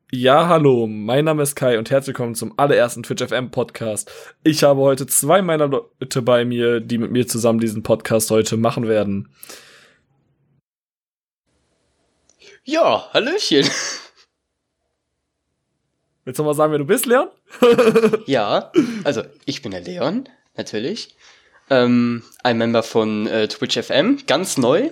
Ja, hallo, mein Name ist Kai und herzlich willkommen zum allerersten Twitch FM Podcast. Ich habe heute zwei meiner Leute bei mir, die mit mir zusammen diesen Podcast heute machen werden. Ja, Hallöchen. Willst du mal sagen, wer du bist, Leon? Ja, also ich bin der Leon, natürlich. Ein Member von Twitch FM, ganz neu.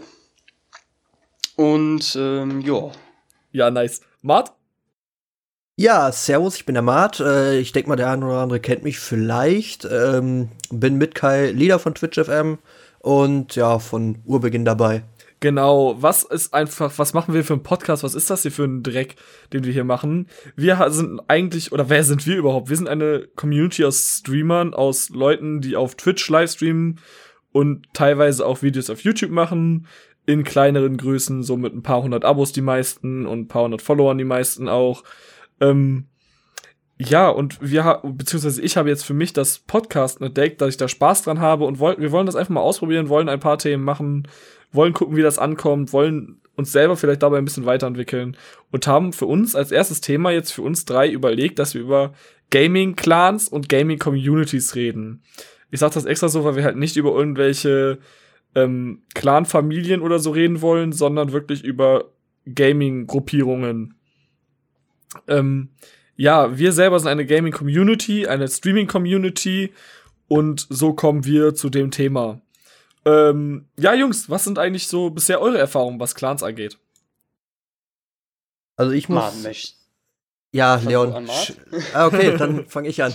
Und ja. Ja, nice. Mart? Ja, servus, ich bin der Mart. Ich denke mal, der eine oder andere kennt mich vielleicht. Bin mit Kai Leader von Twitch FM und ja, von Urbeginn dabei. Genau, was machen wir für einen Podcast? Was ist das hier für ein Dreck, den wir hier machen? Wir sind eigentlich, oder wer sind wir überhaupt? Wir sind eine Community aus Streamern, aus Leuten, die auf Twitch livestreamen und teilweise auch Videos auf YouTube machen, in kleineren Größen, so mit ein paar hundert Abos die meisten und ein paar hundert Followern die meisten auch. Ja, und beziehungsweise ich habe jetzt für mich das Podcast entdeckt, dass ich da Spaß dran habe und wir wollen das einfach mal ausprobieren, wollen ein paar Themen machen, wollen gucken, wie das ankommt, wollen uns selber vielleicht dabei ein bisschen weiterentwickeln und haben für uns als erstes Thema jetzt für uns drei überlegt, dass wir über Gaming-Clans und Gaming-Communities reden. Ich sag das extra so, weil wir halt nicht über irgendwelche Clan-Familien oder so reden wollen, sondern wirklich über Gaming-Gruppierungen. Ja, wir selber sind eine Gaming-Community, eine Streaming-Community und so kommen wir zu dem Thema. Ja, Jungs, was sind eigentlich so bisher eure Erfahrungen, was Clans angeht? Also ich muss... Martin möchte. Ja, Leon. Okay, dann fange ich an.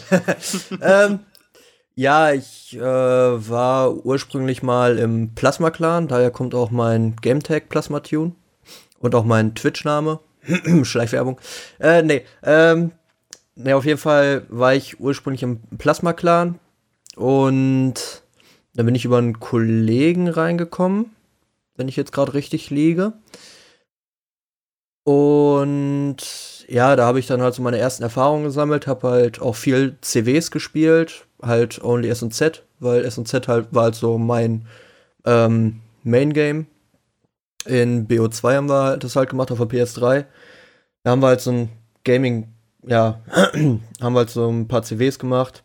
Ja, ich war ursprünglich mal im Plasma-Clan, daher kommt auch mein Gametag Plasmatune und auch mein Twitch-Name. Schleichwerbung. Nee, auf jeden Fall war ich ursprünglich im Plasma-Clan und dann bin ich über einen Kollegen reingekommen, wenn ich jetzt gerade richtig liege. Und ja, da habe ich dann halt so meine ersten Erfahrungen gesammelt, habe halt auch viel CWs gespielt, halt Only S&Z, weil S&Z halt war halt so mein Main-Game. In BO2 haben wir das halt gemacht auf der PS3. Da haben wir halt so ein Gaming, ja, haben wir halt so ein paar CWs gemacht.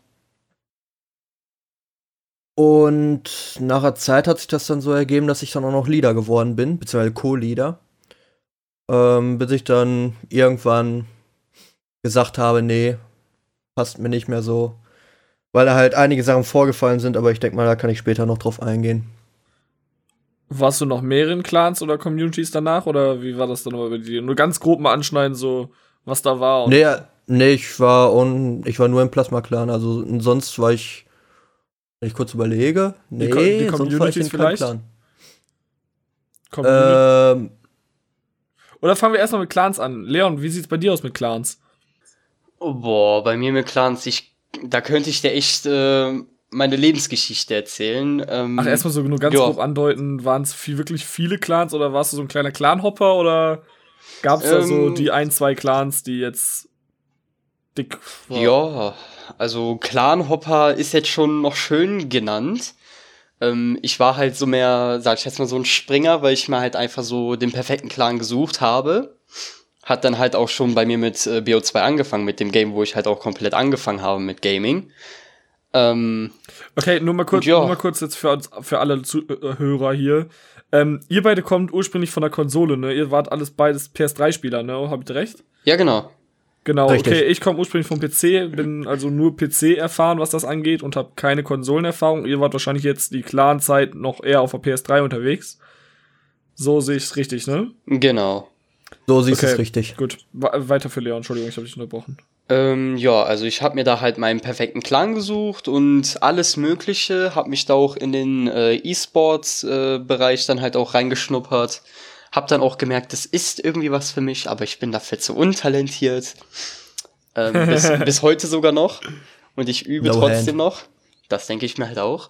Und nach der Zeit hat sich das dann so ergeben, dass ich dann auch noch Leader geworden bin, beziehungsweise Co-Leader. Bis ich dann irgendwann gesagt habe, nee, passt mir nicht mehr so. Weil da halt einige Sachen vorgefallen sind, aber ich denke mal, da kann ich später noch drauf eingehen. Warst du noch mehreren Clans oder Communities danach? Oder wie war das dann bei dir? Nur ganz grob mal anschneiden, so was da war. Nee, ich war nur im Plasma-Clan. Also sonst war ich, wenn ich kurz überlege, die sonst war ich in keinem vielleicht? Clan. Oder fangen wir erstmal mit Clans an. Leon, wie sieht's bei dir aus mit Clans? Oh, boah, bei mir mit Clans, da könnte ich dir echt meine Lebensgeschichte erzählen. Ach, erstmal so nur ganz grob andeuten, waren es wirklich viele Clans oder warst du so ein kleiner Clan-Hopper oder gab's da so die ein, zwei Clans, die jetzt dick waren? Ja, also Clan-Hopper ist jetzt schon noch schön genannt. Ich war halt so mehr, sag ich jetzt mal, so ein Springer, weil ich mir halt einfach so den perfekten Clan gesucht habe. Hat dann halt auch schon bei mir mit BO2 angefangen, mit dem Game, wo ich halt auch komplett angefangen habe mit Gaming. Okay, nur mal kurz jetzt für alle Hörer hier. Ihr beide kommt ursprünglich von der Konsole, ne? Ihr wart beides PS3-Spieler, ne? Hab ich recht? Ja, genau. Genau, Richtig. Okay, ich komme ursprünglich vom PC, bin also nur PC erfahren, was das angeht und habe keine Konsolenerfahrung. Ihr wart wahrscheinlich jetzt die Clan-Zeit noch eher auf der PS3 unterwegs. So sehe ich es richtig, ne? Genau. So siehst du es richtig. Gut, weiter für Leon, Entschuldigung, ich habe dich unterbrochen. Ja, also ich habe mir da halt meinen perfekten Clan gesucht und alles Mögliche, habe mich da auch in den E-Sports-Bereich dann halt auch reingeschnuppert. Hab dann auch gemerkt, das ist irgendwie was für mich, aber ich bin dafür zu untalentiert. Bis heute sogar noch. Und ich übe trotzdem noch. Das denke ich mir halt auch.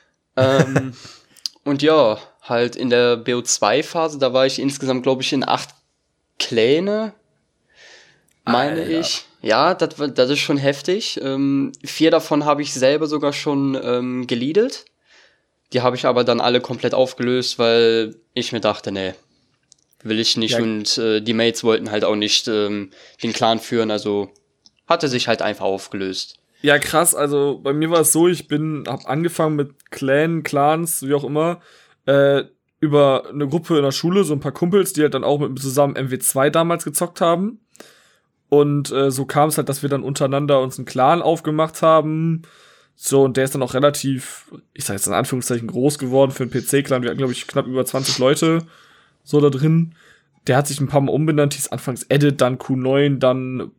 Und ja, halt in der BO2-Phase, da war ich insgesamt, glaube ich, in 8 Kläne, meine ich. Ja, das ist schon heftig. 4 davon habe ich selber sogar schon geleadet. Die habe ich aber dann alle komplett aufgelöst, weil ich mir dachte, nee, will ich nicht. Ja. Und die Mates wollten halt auch nicht den Clan führen, also hatte sich halt einfach aufgelöst. Ja, krass, also bei mir war es so, hab angefangen mit Clans, wie auch immer, über eine Gruppe in der Schule, so ein paar Kumpels, die halt dann auch mit mir zusammen MW2 damals gezockt haben. Und so kam es halt, dass wir dann untereinander uns einen Clan aufgemacht haben. So, und der ist dann auch relativ, ich sag jetzt in Anführungszeichen, groß geworden für einen PC-Clan. Wir hatten, glaube ich, knapp über 20 Leute so da drin. Der hat sich ein paar Mal umbenannt, hieß anfangs Edit, dann Q9, dann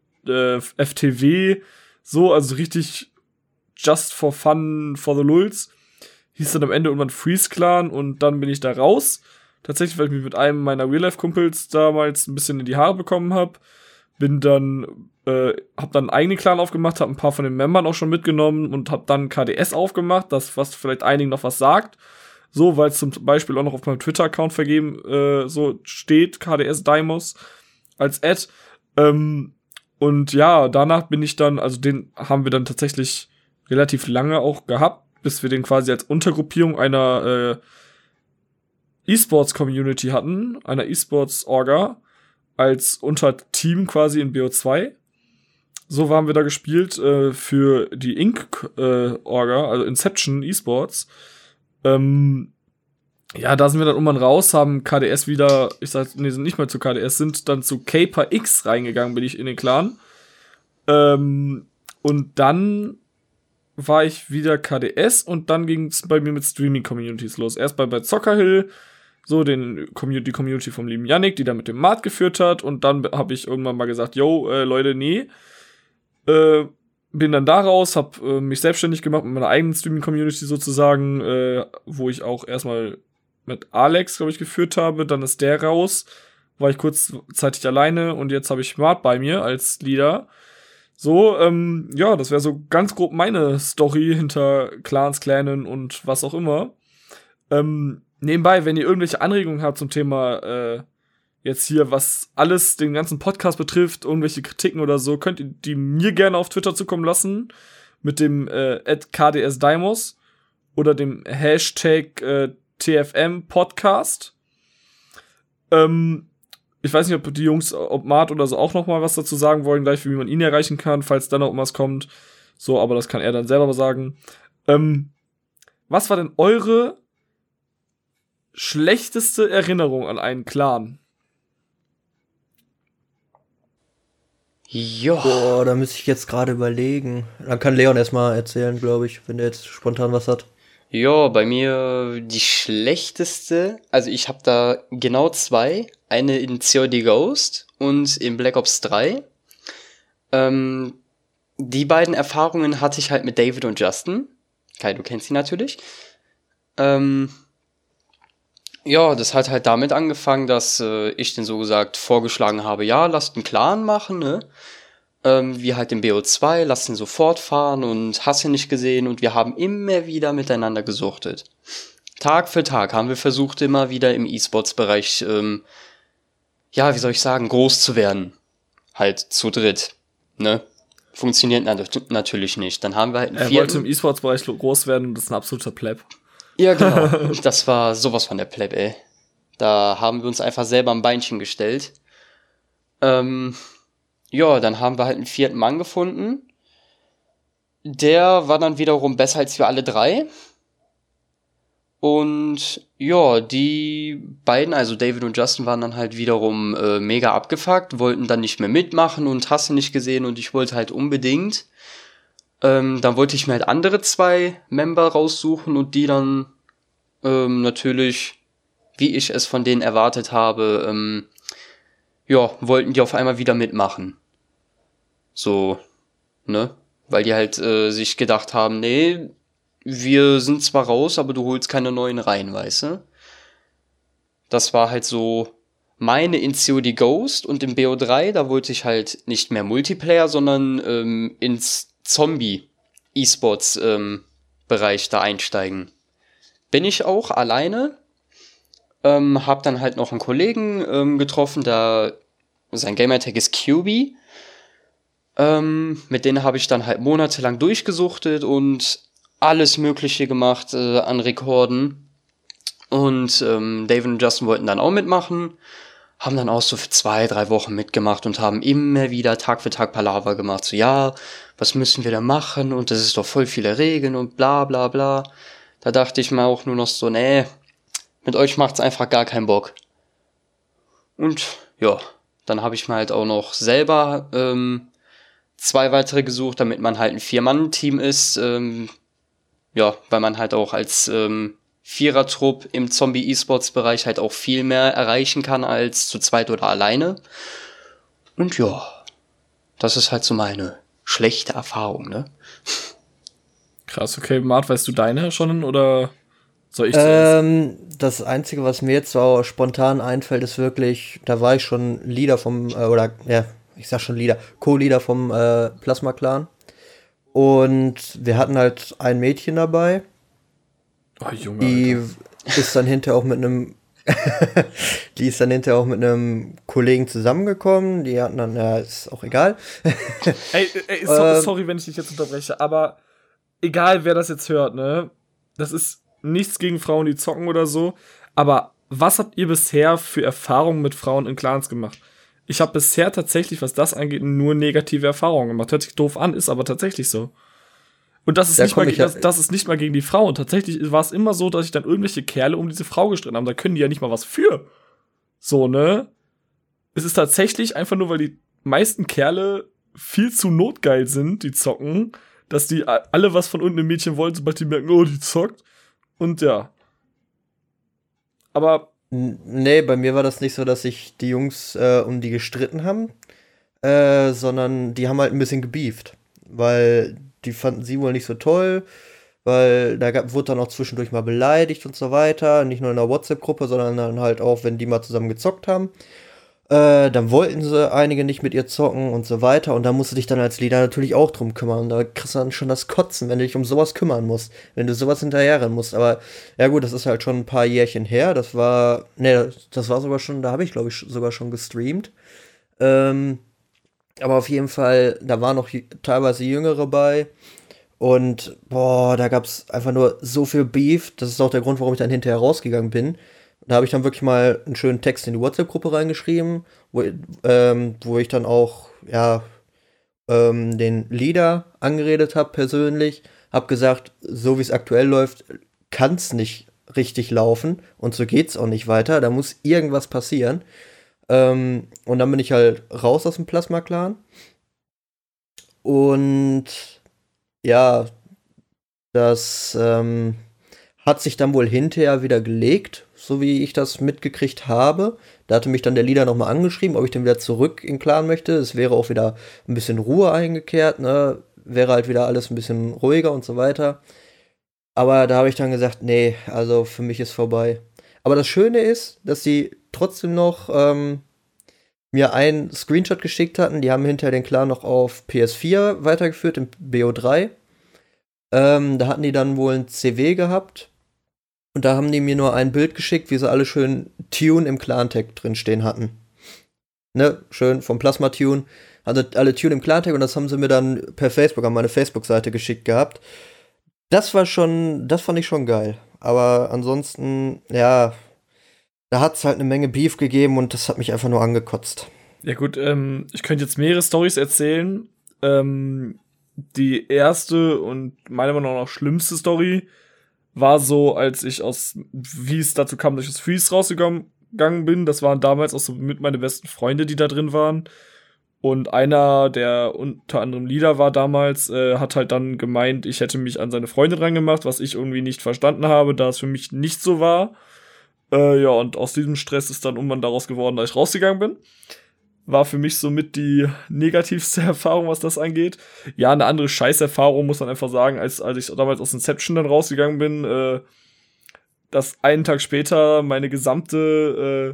FTW. So, also richtig just for fun, for the lulz. Hieß dann am Ende irgendwann Freeze Clan und dann bin ich da raus. Tatsächlich, weil ich mich mit einem meiner Real-Life-Kumpels damals ein bisschen in die Haare bekommen habe. Hab dann einen eigenen Clan aufgemacht, hab ein paar von den Membern auch schon mitgenommen und hab dann KDS aufgemacht, das, was vielleicht einigen noch was sagt. So, weil es zum Beispiel auch noch auf meinem Twitter-Account vergeben so steht, KDS Daimos als Ad. Und ja, danach bin ich dann, also den haben wir dann tatsächlich relativ lange auch gehabt, bis wir den quasi als Untergruppierung einer E-Sports-Community hatten, einer E-Sports-Orga, als Unterteam quasi in BO2. So haben wir da gespielt für die Inc-Orga, also Inception E-Sports. Ja, da sind wir dann irgendwann raus, haben KDS wieder, sind nicht mehr zu KDS, sind dann zu Caper X reingegangen, bin ich in den Clan. Und dann war ich wieder KDS und dann ging es bei mir mit Streaming-Communities los. Erst bei Zockerhill, so die Community vom lieben Yannick, die da mit dem Mart geführt hat, und dann habe ich irgendwann mal gesagt, yo, Leute, nee. Bin dann da raus, hab mich selbstständig gemacht mit meiner eigenen Streaming-Community sozusagen, wo ich auch erstmal mit Alex, glaube ich, geführt habe. Dann ist der raus, war ich kurzzeitig alleine und jetzt habe ich Mart bei mir als Leader. So, ja, das wäre so ganz grob meine Story hinter Clans, Clanen und was auch immer. Nebenbei, wenn ihr irgendwelche Anregungen habt zum Thema jetzt hier, was alles den ganzen Podcast betrifft, irgendwelche Kritiken oder so, könnt ihr die mir gerne auf Twitter zukommen lassen mit dem @KDSDaimos oder dem Hashtag TFM-Podcast. Ich weiß nicht, ob die Jungs, ob Mart oder so auch noch mal was dazu sagen wollen, gleich wie man ihn erreichen kann, falls dann noch was kommt. So, aber das kann er dann selber mal sagen. Was war denn eure schlechteste Erinnerung an einen Clan? Ja. Boah, da müsste ich jetzt gerade überlegen. Dann kann Leon erstmal erzählen, glaube ich, wenn der jetzt spontan was hat. Ja, bei mir die schlechteste, also ich habe da genau 2, eine in COD Ghost und in Black Ops 3. Die beiden Erfahrungen hatte ich halt mit David und Justin. Kai, du kennst sie natürlich. Ja, das hat halt damit angefangen, dass ich den so gesagt vorgeschlagen habe, ja, lasst einen Clan machen, ne? Wir halt im BO2, lasst ihn sofort fahren und hast ihn nicht gesehen, und wir haben immer wieder miteinander gesuchtet. Tag für Tag haben wir versucht, immer wieder im E-Sports-Bereich, ja, wie soll ich sagen, groß zu werden. Halt zu dritt, ne? Funktioniert natürlich nicht. Dann haben wir halt einen Er wollte im E-Sports-Bereich groß werden und das ist ein absoluter Pleb. Ja, genau. Das war sowas von der Pleb, ey. Da haben wir uns einfach selber ein Beinchen gestellt. Ja, dann haben wir halt einen 4. Mann gefunden. Der war dann wiederum besser als wir alle 3. Und ja, die beiden, also David und Justin, waren dann halt wiederum mega abgefuckt, wollten dann nicht mehr mitmachen und hast du nicht gesehen, und ich wollte halt unbedingt. Dann wollte ich mir halt andere 2 Member raussuchen und die dann natürlich, wie ich es von denen erwartet habe, ja, wollten die auf einmal wieder mitmachen. So, ne? Weil die halt sich gedacht haben, nee, wir sind zwar raus, aber du holst keine neuen rein, weißt du? Das war halt so meine in COD Ghost, und im BO3, da wollte ich halt nicht mehr Multiplayer, sondern ins Zombie-E-Sports da einsteigen. Bin ich auch alleine, hab dann halt noch einen Kollegen getroffen, sein Gamertag ist QB. Mit denen habe ich dann halt monatelang durchgesuchtet und alles Mögliche gemacht an Rekorden. Und David und Justin wollten dann auch mitmachen, haben dann auch so für 2-3 Wochen mitgemacht und haben immer wieder Tag für Tag Palaver gemacht. So, ja, was müssen wir da machen? Und das ist doch voll viele Regeln und bla bla bla. Da dachte ich mir auch nur noch so, nee, mit euch macht's einfach gar keinen Bock. Und ja, dann habe ich mir halt auch noch selber 2 weitere gesucht, damit man halt ein 4-Mann-Team ist. Ja, weil man halt auch als Vierertrupp im Zombie-E-Sports-Bereich halt auch viel mehr erreichen kann als zu zweit oder alleine. Und ja, das ist halt so meine schlechte Erfahrung, ne? Krass, okay. Mart, weißt du deine schon oder soll ich Das Einzige, was mir jetzt so spontan einfällt, ist wirklich, da war ich schon Leader Co-Leader vom Plasma-Clan. Und wir hatten halt ein Mädchen dabei. Oh, Junge, die Alter. ist dann hinterher auch mit einem die ist dann hinterher auch mit einem Kollegen zusammengekommen. Die hatten dann, ja, ist auch egal. Sorry, wenn ich dich jetzt unterbreche, aber egal, wer das jetzt hört, ne? Das ist nichts gegen Frauen, die zocken oder so, aber was habt ihr bisher für Erfahrungen mit Frauen in Clans gemacht? Ich habe bisher tatsächlich, was das angeht, nur negative Erfahrungen gemacht. Hört sich doof an, ist aber tatsächlich so. Und das ist, das ist nicht mal gegen die Frauen. Tatsächlich war es immer so, dass sich dann irgendwelche Kerle um diese Frau gestritten haben. Da können die ja nicht mal was für. So, ne? Es ist tatsächlich einfach nur, weil die meisten Kerle viel zu notgeil sind, die zocken, dass die alle was von irgendeinem Mädchen wollen, sobald die merken, oh, die zockt. Und ja. Aber nee, bei mir war das nicht so, dass sich die Jungs um die gestritten haben, sondern die haben halt ein bisschen gebieft. Weil die fanden sie wohl nicht so toll, weil da wurde dann auch zwischendurch mal beleidigt und so weiter. Nicht nur in der WhatsApp-Gruppe, sondern dann halt auch, wenn die mal zusammen gezockt haben. Dann wollten sie einige nicht mit ihr zocken und so weiter. Und da musst du dich dann als Leader natürlich auch drum kümmern. Und da kriegst du dann schon das Kotzen, wenn du dich um sowas kümmern musst. Wenn du sowas hinterherrennen musst. Aber ja gut, das ist halt schon ein paar Jährchen her. Das war sogar schon, da habe ich glaube ich sogar schon gestreamt. Aber auf jeden Fall, da waren noch teilweise Jüngere bei. Und boah, da gab's einfach nur so viel Beef. Das ist auch der Grund, warum ich dann hinterher rausgegangen bin. Da habe ich dann wirklich mal einen schönen Text in die WhatsApp-Gruppe reingeschrieben, wo ich dann auch, ja, den Leader angeredet habe persönlich. Hab gesagt, so wie es aktuell läuft, kann's nicht richtig laufen. Und so geht's auch nicht weiter. Da muss irgendwas passieren. Und dann bin ich halt raus aus dem Plasma-Clan. Und ja, das hat sich dann wohl hinterher wieder gelegt, so wie ich das mitgekriegt habe. Da hatte mich dann der Leader nochmal angeschrieben, ob ich dann wieder zurück in Clan möchte. Es wäre auch wieder ein bisschen Ruhe eingekehrt, ne? Wäre halt wieder alles ein bisschen ruhiger und so weiter. Aber da habe ich dann gesagt, nee, also für mich ist vorbei. Aber das Schöne ist, dass sie trotzdem noch mir einen Screenshot geschickt hatten. Die haben hinterher den Clan noch auf PS4 weitergeführt, im BO3. Da hatten die dann wohl ein CW gehabt. Und da haben die mir nur ein Bild geschickt, wie sie alle schön Tune im Clan-Tag drinstehen hatten. Ne, schön vom Plasma-Tune. Also alle Tune im Clan-Tag und das haben sie mir dann per Facebook an meine Facebook-Seite geschickt gehabt. Das fand ich schon geil. Aber ansonsten, ja, da hat es halt eine Menge Beef gegeben und das hat mich einfach nur angekotzt. ja gut, ich könnte jetzt mehrere Storys erzählen. Die erste und meiner Meinung nach schlimmste Story war so, als ich wie es dazu kam, dass ich aus Freeze rausgegangen bin. Das waren damals auch so mit meine besten Freunde, die da drin waren. Und einer, der unter anderem Leader war damals, hat halt dann gemeint, ich hätte mich an seine Freunde dran gemacht, was ich irgendwie nicht verstanden habe, da es für mich nicht so war. Ja, und aus diesem Stress ist dann irgendwann daraus geworden, dass ich rausgegangen bin. War für mich somit die negativste Erfahrung, was das angeht. Ja, eine andere Scheißerfahrung, muss man einfach sagen, als ich damals aus Inception dann rausgegangen bin, dass einen Tag später meine gesamte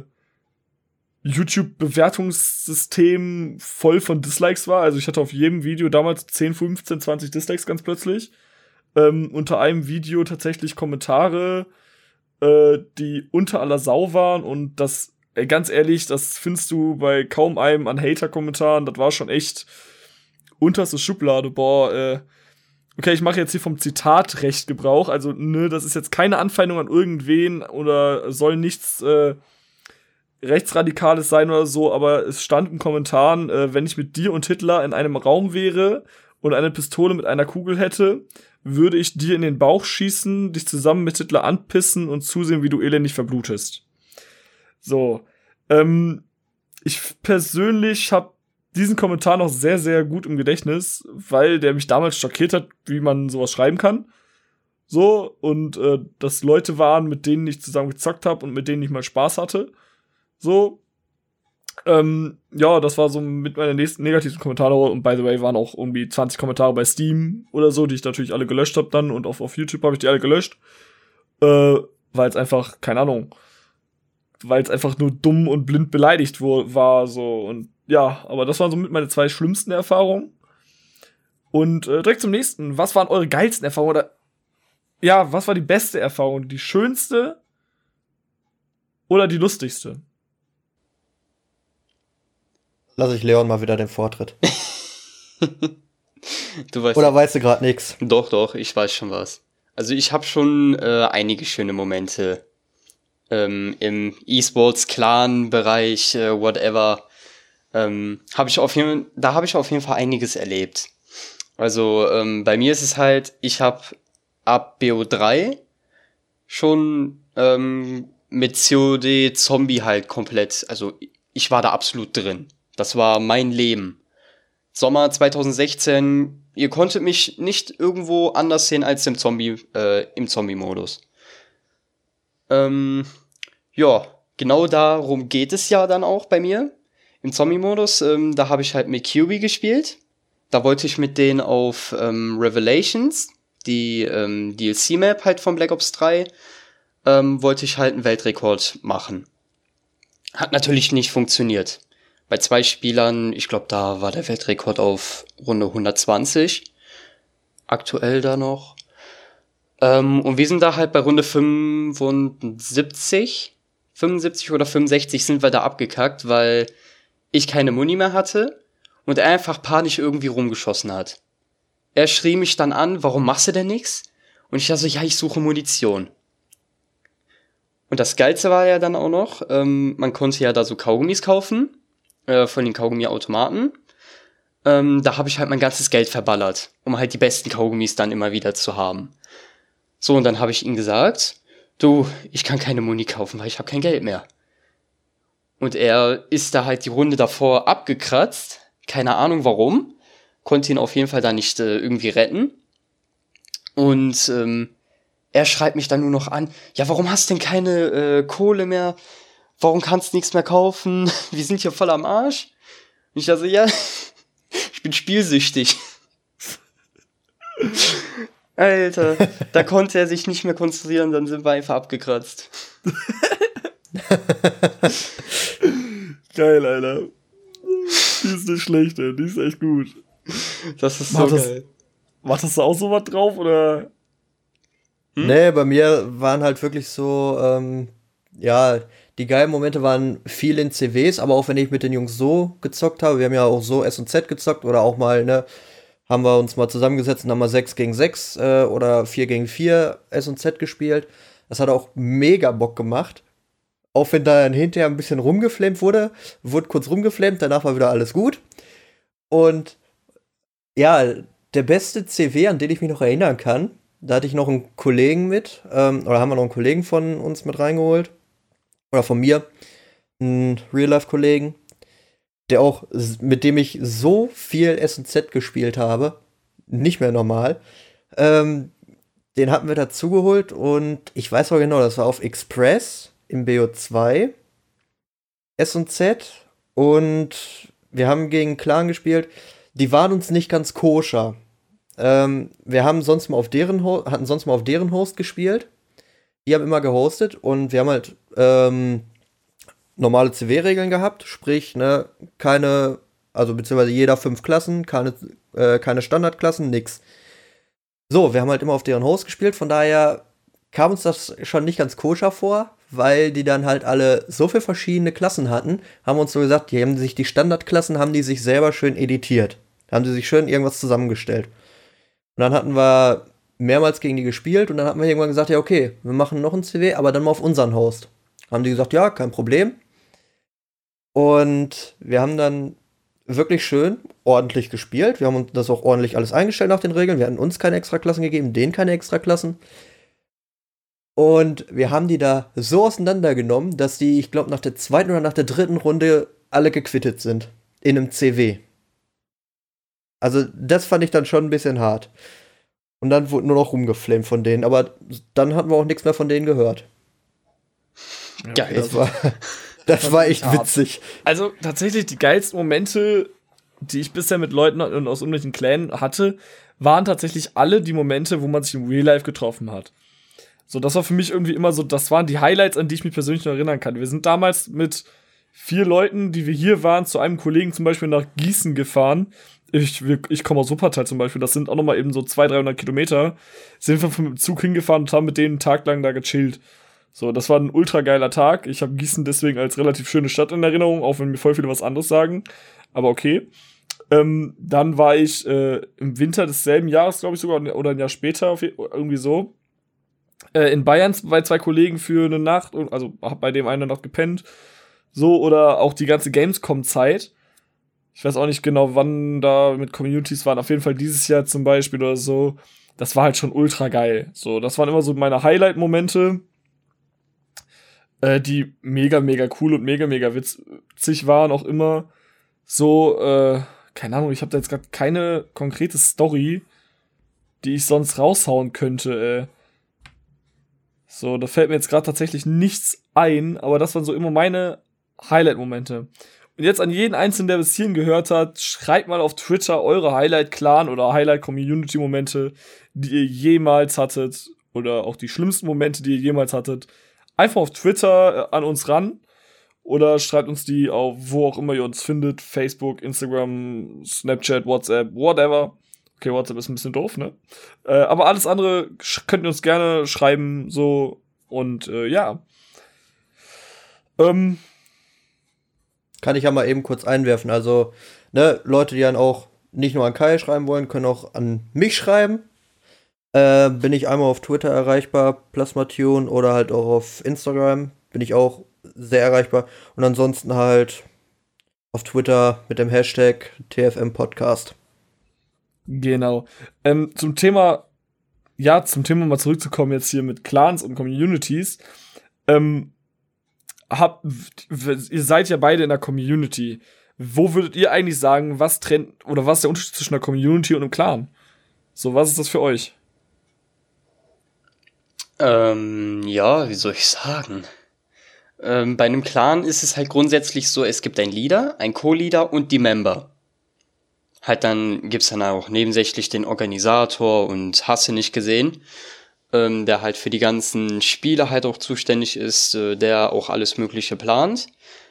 YouTube-Bewertungssystem voll von Dislikes war. Also ich hatte auf jedem Video damals 10, 15, 20 Dislikes ganz plötzlich. Unter einem Video tatsächlich Kommentare, die unter aller Sau waren und das, ganz ehrlich, das findest du bei kaum einem an Hater-Kommentaren. Das war schon echt unterste Schublade. Boah, okay, ich mache jetzt hier vom Zitatrecht Gebrauch, also ne, das ist jetzt keine Anfeindung an irgendwen oder soll nichts Rechtsradikales sein oder so, aber es stand in Kommentaren, wenn ich mit dir und Hitler in einem Raum wäre und eine Pistole mit einer Kugel hätte, würde ich dir in den Bauch schießen, dich zusammen mit Hitler anpissen und zusehen, wie du elendig verblutest. So, ich persönlich habe diesen Kommentar noch sehr, sehr gut im Gedächtnis, weil der mich damals schockiert hat, wie man sowas schreiben kann. So, und dass Leute waren, mit denen ich zusammen gezockt habe und mit denen ich mal Spaß hatte. So, ja, das war so mit meiner nächsten negativen Kommentare. Und by the way, waren auch irgendwie 20 Kommentare bei Steam oder so, die ich natürlich alle gelöscht habe dann. Und auf YouTube habe ich die alle gelöscht. Weil es einfach, keine Ahnung, weil es einfach nur dumm und blind beleidigt war, so. Und ja, aber das waren so mit meine 2 schlimmsten Erfahrungen. Und direkt zum nächsten. Was waren eure geilsten Erfahrungen? Oder ja, was war die beste Erfahrung? Die schönste oder die lustigste? Lass ich Leon mal wieder den Vortritt. Du weißt. Oder weißt du gerade nix? Doch, ich weiß schon was. Also ich habe schon einige schöne Momente im E-Sports-Clan-Bereich, whatever. Da habe ich auf jeden Fall einiges erlebt. Also bei mir ist es halt, ich habe ab BO3 schon mit COD Zombie halt komplett, also ich war da absolut drin. Das war mein Leben. Sommer 2016, ihr konntet mich nicht irgendwo anders sehen als im Zombie-Modus. Ja, genau darum geht es ja dann auch bei mir. Im Zombie-Modus, da habe ich halt mit QB gespielt. Da wollte ich mit denen auf Revelations, die DLC-Map halt von Black Ops 3, wollte ich halt einen Weltrekord machen. Hat natürlich nicht funktioniert. Bei 2 Spielern, ich glaube, da war der Weltrekord auf Runde 120. Aktuell da noch. Und wir sind da halt bei Runde 75 oder 65 sind wir da abgekackt, weil ich keine Muni mehr hatte und er einfach panisch irgendwie rumgeschossen hat. Er schrie mich dann an, warum machst du denn nix? Und ich dachte so, ja, ich suche Munition. Und das Geilste war ja dann auch noch, man konnte ja da so Kaugummis kaufen, von den Kaugummi-Automaten. Da habe ich halt mein ganzes Geld verballert, um halt die besten Kaugummis dann immer wieder zu haben. So, und dann habe ich ihm gesagt, du, ich kann keine Muni kaufen, weil ich habe kein Geld mehr. Und er ist da halt die Runde davor abgekratzt, keine Ahnung warum, konnte ihn auf jeden Fall da nicht irgendwie retten. Und er schreibt mich dann nur noch an, ja, warum hast du denn keine Kohle mehr? Warum kannst du nichts mehr kaufen? Wir sind hier voll am Arsch. Und ich also, ja, ich bin spielsüchtig. Alter, da konnte er sich nicht mehr konzentrieren, dann sind wir einfach abgekratzt. Geil, Alter. Die ist nicht schlecht, ey. Die ist echt gut. Das ist so geil. Wartest du auch so was drauf, oder? Nee, bei mir waren halt wirklich so, ja, die geilen Momente waren viel in CWs, aber auch wenn ich mit den Jungs so gezockt habe, wir haben ja auch so S&Z gezockt oder auch mal, ne, haben wir uns mal zusammengesetzt und haben mal 6 gegen 6 oder 4 gegen 4 S&Z gespielt. Das hat auch mega Bock gemacht. Auch wenn da dann hinterher ein bisschen rumgeflammt wurde kurz rumgeflammt, danach war wieder alles gut. Und ja, der beste CW, an den ich mich noch erinnern kann, da hatte ich noch einen Kollegen mit, oder haben wir noch einen Kollegen von uns mit reingeholt. Oder von mir, einen Real-Life-Kollegen, mit dem ich so viel S&Z gespielt habe, nicht mehr normal. Den hatten wir dazugeholt und ich weiß noch genau, das war auf Express im BO2 S&Z und wir haben gegen Clan gespielt. Die waren uns nicht ganz koscher. Wir haben sonst mal hatten sonst mal auf deren Host gespielt. Die haben immer gehostet und wir haben halt normale CW-Regeln gehabt, sprich, ne, beziehungsweise jeder 5 Klassen, keine Standardklassen, nix. So, wir haben halt immer auf deren Host gespielt, von daher kam uns das schon nicht ganz koscher vor, weil die dann halt alle so viele verschiedene Klassen hatten, haben uns so gesagt, die Standardklassen haben die sich selber schön editiert. Da haben die sich schön irgendwas zusammengestellt. dann hatten wir mehrmals gegen die gespielt und dann hatten wir irgendwann gesagt, ja okay, wir machen noch ein CW, aber dann mal auf unseren Host. Haben die gesagt, ja, kein Problem. Und wir haben dann wirklich schön ordentlich gespielt. Wir haben uns das auch ordentlich alles eingestellt nach den Regeln. Wir hatten uns keine Extraklassen gegeben, denen keine Extraklassen. Und wir haben die da so auseinandergenommen, dass die, ich glaube, nach der zweiten oder nach der dritten Runde alle gequittet sind. In einem CW. Also, das fand ich dann schon ein bisschen hart. Und dann wurde nur noch rumgeflamed von denen. Aber dann hatten wir auch nichts mehr von denen gehört. Geil. Das war echt witzig. Also, tatsächlich die geilsten Momente, die ich bisher mit Leuten aus irgendwelchen Clan hatte, waren tatsächlich alle die Momente, wo man sich im Real Life getroffen hat. So, das war für mich irgendwie immer so, das waren die Highlights, an die ich mich persönlich noch erinnern kann. Wir sind damals mit 4 Leuten, die wir hier waren, zu einem Kollegen zum Beispiel nach Gießen gefahren. Ich komme aus Wuppertal zum Beispiel, das sind auch nochmal eben so 200-300 Kilometer. Sind wir mit dem Zug hingefahren und haben mit denen einen Tag lang da gechillt. So, das war ein ultra geiler Tag. Ich habe Gießen deswegen als relativ schöne Stadt in Erinnerung, auch wenn mir voll viele was anderes sagen. Aber okay. Dann war ich im Winter desselben Jahres, glaube ich sogar, oder ein Jahr später, irgendwie so, in Bayern bei 2 Kollegen für eine Nacht, also hab bei dem einen Nacht gepennt. So, oder auch die ganze Gamescom-Zeit. Ich weiß auch nicht genau, wann da mit Communities waren. Auf jeden Fall dieses Jahr zum Beispiel oder so. Das war halt schon ultra geil. So, das waren immer so meine Highlight-Momente, die mega, mega cool und mega, mega witzig waren auch immer. So, keine Ahnung, ich habe da jetzt gerade keine konkrete Story, die ich sonst raushauen könnte, So, da fällt mir jetzt gerade tatsächlich nichts ein, aber das waren so immer meine Highlight-Momente. Und jetzt an jeden Einzelnen, der bis hierhin gehört hat, schreibt mal auf Twitter eure Highlight-Clan oder Highlight-Community-Momente, die ihr jemals hattet, oder auch die schlimmsten Momente, die ihr jemals hattet. Einfach auf Twitter an uns ran oder schreibt uns die auf wo auch immer ihr uns findet, Facebook, Instagram, Snapchat, WhatsApp, whatever. Okay, WhatsApp ist ein bisschen doof, ne? Aber alles andere könnt ihr uns gerne schreiben, so, und ja. Kann ich ja mal eben kurz einwerfen. Also, ne, Leute, die dann auch nicht nur an Kai schreiben wollen, können auch an mich schreiben. Bin ich einmal auf Twitter erreichbar, Plasmatune, oder halt auch auf Instagram bin ich auch sehr erreichbar. Und ansonsten halt auf Twitter mit dem Hashtag TFM Podcast. Genau. Zum Thema mal zurückzukommen jetzt hier mit Clans und Communities. Ihr seid ja beide in der Community. Wo würdet ihr eigentlich sagen, was ist der Unterschied zwischen einer Community und einem Clan? So, was ist das für euch? Ja, wie soll ich sagen? Bei einem Clan ist es halt grundsätzlich so, es gibt einen Leader, einen Co-Leader und die Member. Halt dann gibt's dann auch nebensächlich den Organisator und hast du nicht gesehen, der halt für die ganzen Spiele halt auch zuständig ist, der auch alles Mögliche plant.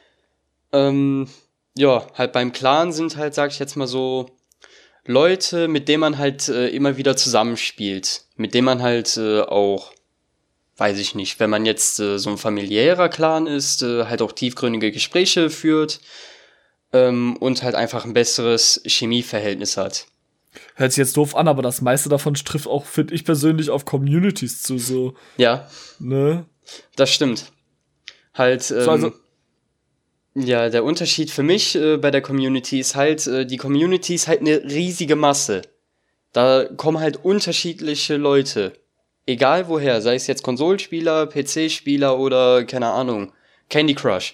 Ja, halt beim Clan sind halt, sag ich jetzt mal so, Leute, mit denen man halt immer wieder zusammenspielt, mit denen man halt auch, weiß ich nicht, wenn man jetzt so ein familiärer Clan ist, halt auch tiefgründige Gespräche führt und halt einfach ein besseres Chemieverhältnis hat. Hört sich jetzt doof an, aber das meiste davon trifft auch, finde ich persönlich, auf Communities zu, so. Ja. Ne? Das stimmt. Halt, So, also, ja, der Unterschied für mich bei der Community ist halt, die Community ist halt eine riesige Masse. Da kommen halt unterschiedliche Leute. Egal woher, sei es jetzt Konsolenspieler, PC-Spieler oder, keine Ahnung, Candy Crush.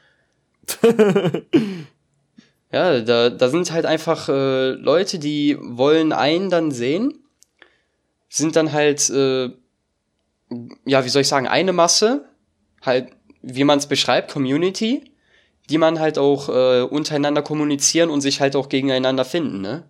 Ja, da sind halt einfach Leute, die wollen einen dann sehen, sind dann halt, ja, wie soll ich sagen, eine Masse, halt, wie man es beschreibt, Community, die man halt auch untereinander kommunizieren und sich halt auch gegeneinander finden, ne?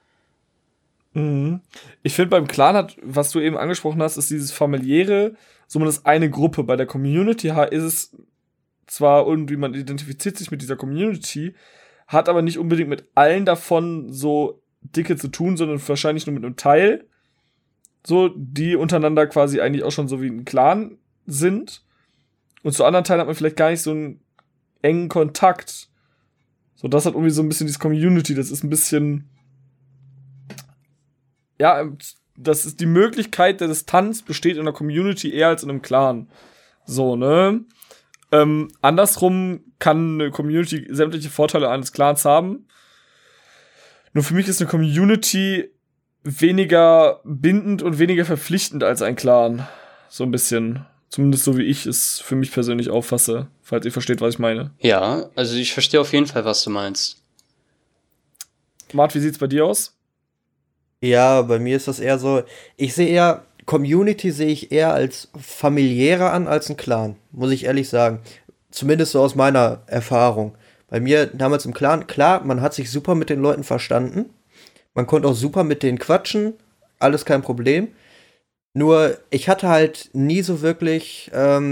Ich finde beim Clan was du eben angesprochen hast, ist dieses familiäre, zumindest eine Gruppe. Bei der Community ist es zwar irgendwie, man identifiziert sich mit dieser Community, hat aber nicht unbedingt mit allen davon so dicke zu tun, sondern wahrscheinlich nur mit einem Teil, so, die untereinander quasi eigentlich auch schon so wie ein Clan sind. Und zu anderen Teilen hat man vielleicht gar nicht so einen engen Kontakt. So, das hat irgendwie so ein bisschen diese Community, das ist ein bisschen, ja, das ist die Möglichkeit der Distanz besteht in einer Community eher als in einem Clan. So, ne? Andersrum kann eine Community sämtliche Vorteile eines Clans haben. Nur für mich ist eine Community weniger bindend und weniger verpflichtend als ein Clan. So ein bisschen. Zumindest so wie ich es für mich persönlich auffasse, falls ihr versteht, was ich meine. Ja, also ich verstehe auf jeden Fall, was du meinst. Mart, wie sieht's bei dir aus? Ja, bei mir ist das eher so, Community sehe ich eher als familiärer an als ein Clan, muss ich ehrlich sagen. Zumindest so aus meiner Erfahrung. Bei mir damals im Clan, klar, man hat sich super mit den Leuten verstanden. Man konnte auch super mit denen quatschen, alles kein Problem. Nur, ich hatte halt nie so wirklich,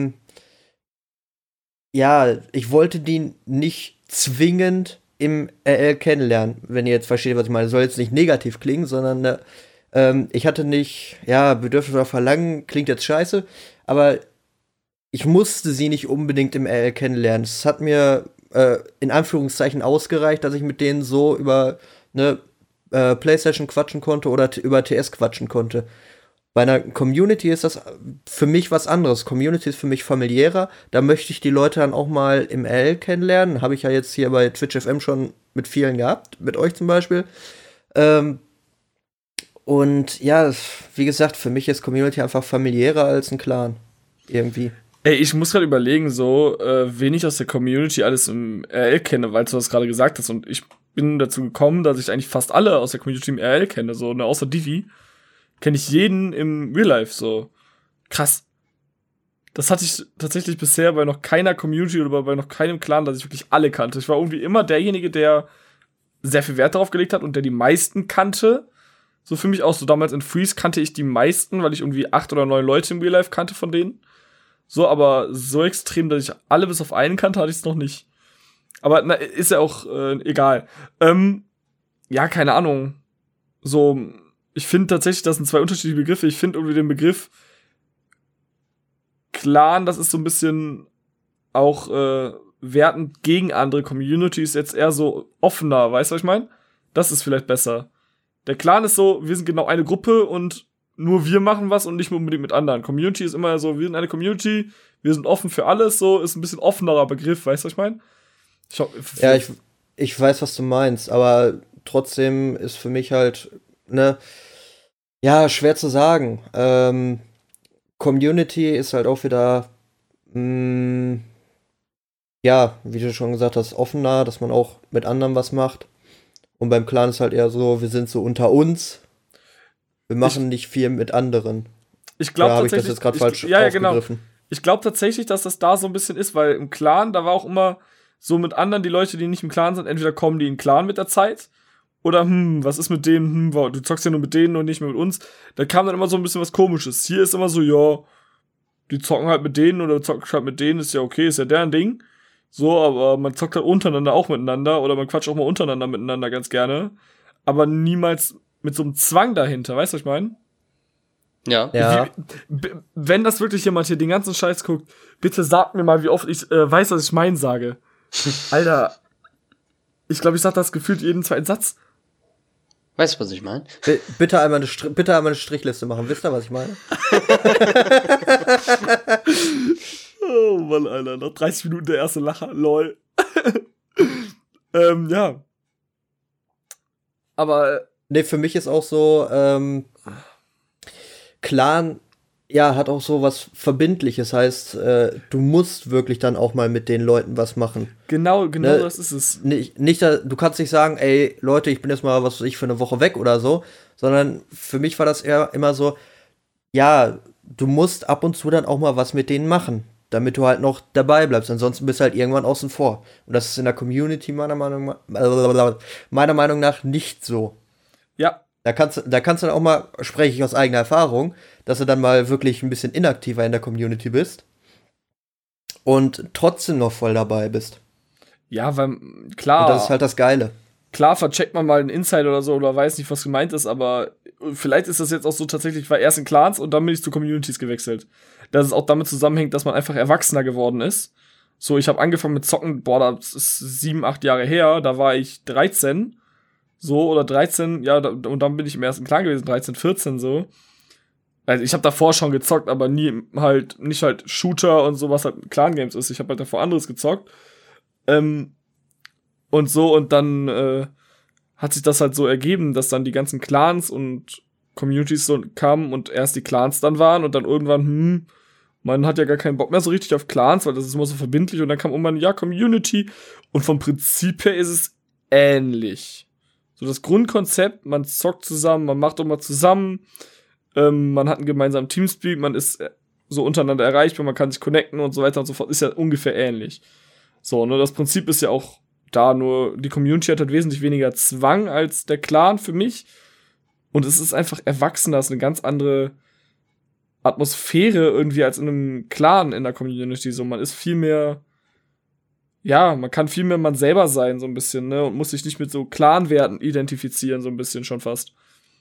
ich wollte die nicht zwingend im RL kennenlernen, wenn ihr jetzt versteht, was ich meine. Das soll jetzt nicht negativ klingen, sondern ich hatte nicht, Bedürfnis oder Verlangen, klingt jetzt scheiße, aber ich musste sie nicht unbedingt im RL kennenlernen. Es hat mir in Anführungszeichen ausgereicht, dass ich mit denen so über eine PlayStation quatschen konnte oder über TS quatschen konnte. Bei einer Community ist das für mich was anderes. Community ist für mich familiärer. Da möchte ich die Leute dann auch mal im RL kennenlernen. Habe ich ja jetzt hier bei Twitch FM schon mit vielen gehabt, mit euch zum Beispiel. Und ja, wie gesagt, für mich ist Community einfach familiärer als ein Clan. Irgendwie. Ey, ich muss gerade überlegen, so, wen ich aus der Community alles im RL kenne, weil du das gerade gesagt hast. Und ich bin dazu gekommen, dass ich eigentlich fast alle aus der Community im RL kenne, so, ne, außer Divi. Kenne ich jeden im Real Life, so. Krass. Das hatte ich tatsächlich bisher bei noch keiner Community oder bei noch keinem Clan, dass ich wirklich alle kannte. Ich war irgendwie immer derjenige, der sehr viel Wert darauf gelegt hat und der die meisten kannte. So für mich auch, so damals in Freeze kannte ich die meisten, weil ich irgendwie 8 oder 9 Leute im Real Life kannte von denen. So, aber so extrem, dass ich alle bis auf einen kannte, hatte ich es noch nicht. Aber na, ist ja auch egal. Ja, keine Ahnung. So, ich finde tatsächlich, das sind zwei unterschiedliche Begriffe. Ich finde irgendwie den Begriff Clan, das ist so ein bisschen auch wertend gegen andere Communities, jetzt eher so offener, weißt du, was ich meine? Das ist vielleicht besser. Der Clan ist so, wir sind genau eine Gruppe und nur wir machen was und nicht unbedingt mit anderen. Community ist immer so, wir sind eine Community, wir sind offen für alles, so ist ein bisschen offenerer Begriff, weißt du, was ich meine? Ja, ich weiß, was du meinst, aber trotzdem ist für mich halt, ne, ja, schwer zu sagen. Community ist halt auch wieder, ja, wie du schon gesagt hast, offener, dass man auch mit anderen was macht. Und beim Clan ist halt eher so, wir sind so unter uns. Wir machen nicht viel mit anderen. Ich glaube tatsächlich, habe ich das jetzt gerade falsch Genau. aufgegriffen? Ich glaube tatsächlich, dass das da so ein bisschen ist, weil im Clan, da war auch immer so mit anderen, die Leute, die nicht im Clan sind, entweder kommen die in den Clan mit der Zeit oder, was ist mit denen, du zockst ja nur mit denen und nicht mehr mit uns. Da kam dann immer so ein bisschen was Komisches. Hier ist immer so, ja, die zocken halt mit denen oder zocken halt mit denen, ist ja okay, ist ja deren Ding. So, aber man zockt halt untereinander auch miteinander oder man quatscht auch mal untereinander miteinander ganz gerne. Aber niemals mit so einem Zwang dahinter, weißt du, was ich meine? Ja. Wenn das wirklich jemand hier den ganzen Scheiß guckt, bitte sagt mir mal, wie oft ich weiß, was ich mein sage. Alter, ich glaube, ich sag das gefühlt jeden zweiten Satz. Weißt du, was ich meine? Bitte einmal eine Strichliste machen. Wisst ihr, was ich meine? Oh Mann, Alter. Nach 30 Minuten der erste Lacher. Lol. Ja. Aber nee, für mich ist auch so, Clan, ja, hat auch so was Verbindliches. Heißt, du musst wirklich dann auch mal mit den Leuten was machen. Genau, ne? Das ist es. Du kannst nicht sagen, ey, Leute, ich bin jetzt mal, was weiß ich, für eine Woche weg oder so. Sondern für mich war das eher immer so, ja, du musst ab und zu dann auch mal was mit denen machen, damit du halt noch dabei bleibst. Ansonsten bist du halt irgendwann außen vor. Und das ist in der Community meiner Meinung nach nicht so. Ja. Da kannst du dann auch mal, spreche ich aus eigener Erfahrung, dass du dann mal wirklich ein bisschen inaktiver in der Community bist und trotzdem noch voll dabei bist. Ja, weil, klar. Und das ist halt das Geile. Klar, vercheckt man mal einen Insider oder so oder weiß nicht, was gemeint ist, aber vielleicht ist das jetzt auch so tatsächlich, ich war erst in Clans und dann bin ich zu Communities gewechselt. Dass es auch damit zusammenhängt, dass man einfach erwachsener geworden ist. So, ich habe angefangen mit Zocken, das ist 7, 8 Jahre her, da war ich 13. so, oder 13, ja, und dann bin ich im ersten Clan gewesen, 13, 14 so. Also ich habe davor schon gezockt, aber nicht halt Shooter und so, was halt Clan-Games ist. Ich habe halt davor anderes gezockt. Und so, und dann hat sich das halt so ergeben, dass dann die ganzen Clans und Communities so kamen und erst die Clans dann waren und dann irgendwann, man hat ja gar keinen Bock mehr so richtig auf Clans, weil das ist immer so verbindlich und dann kam irgendwann, ja, Community und vom Prinzip her ist es ähnlich. So das Grundkonzept, man zockt zusammen, man macht auch mal zusammen, man hat einen gemeinsamen Teamspeak, man ist so untereinander erreichbar, man kann sich connecten und so weiter und so fort, ist ja ungefähr ähnlich. So, ne, das Prinzip ist ja auch da, nur die Community hat halt wesentlich weniger Zwang als der Clan für mich. Und es ist einfach erwachsener, es ist eine ganz andere Atmosphäre irgendwie als in einem Clan in der Community. So, man ist viel mehr, ja, man kann viel mehr man selber sein, so ein bisschen, ne, und muss sich nicht mit so Clan-Werten identifizieren, so ein bisschen schon fast.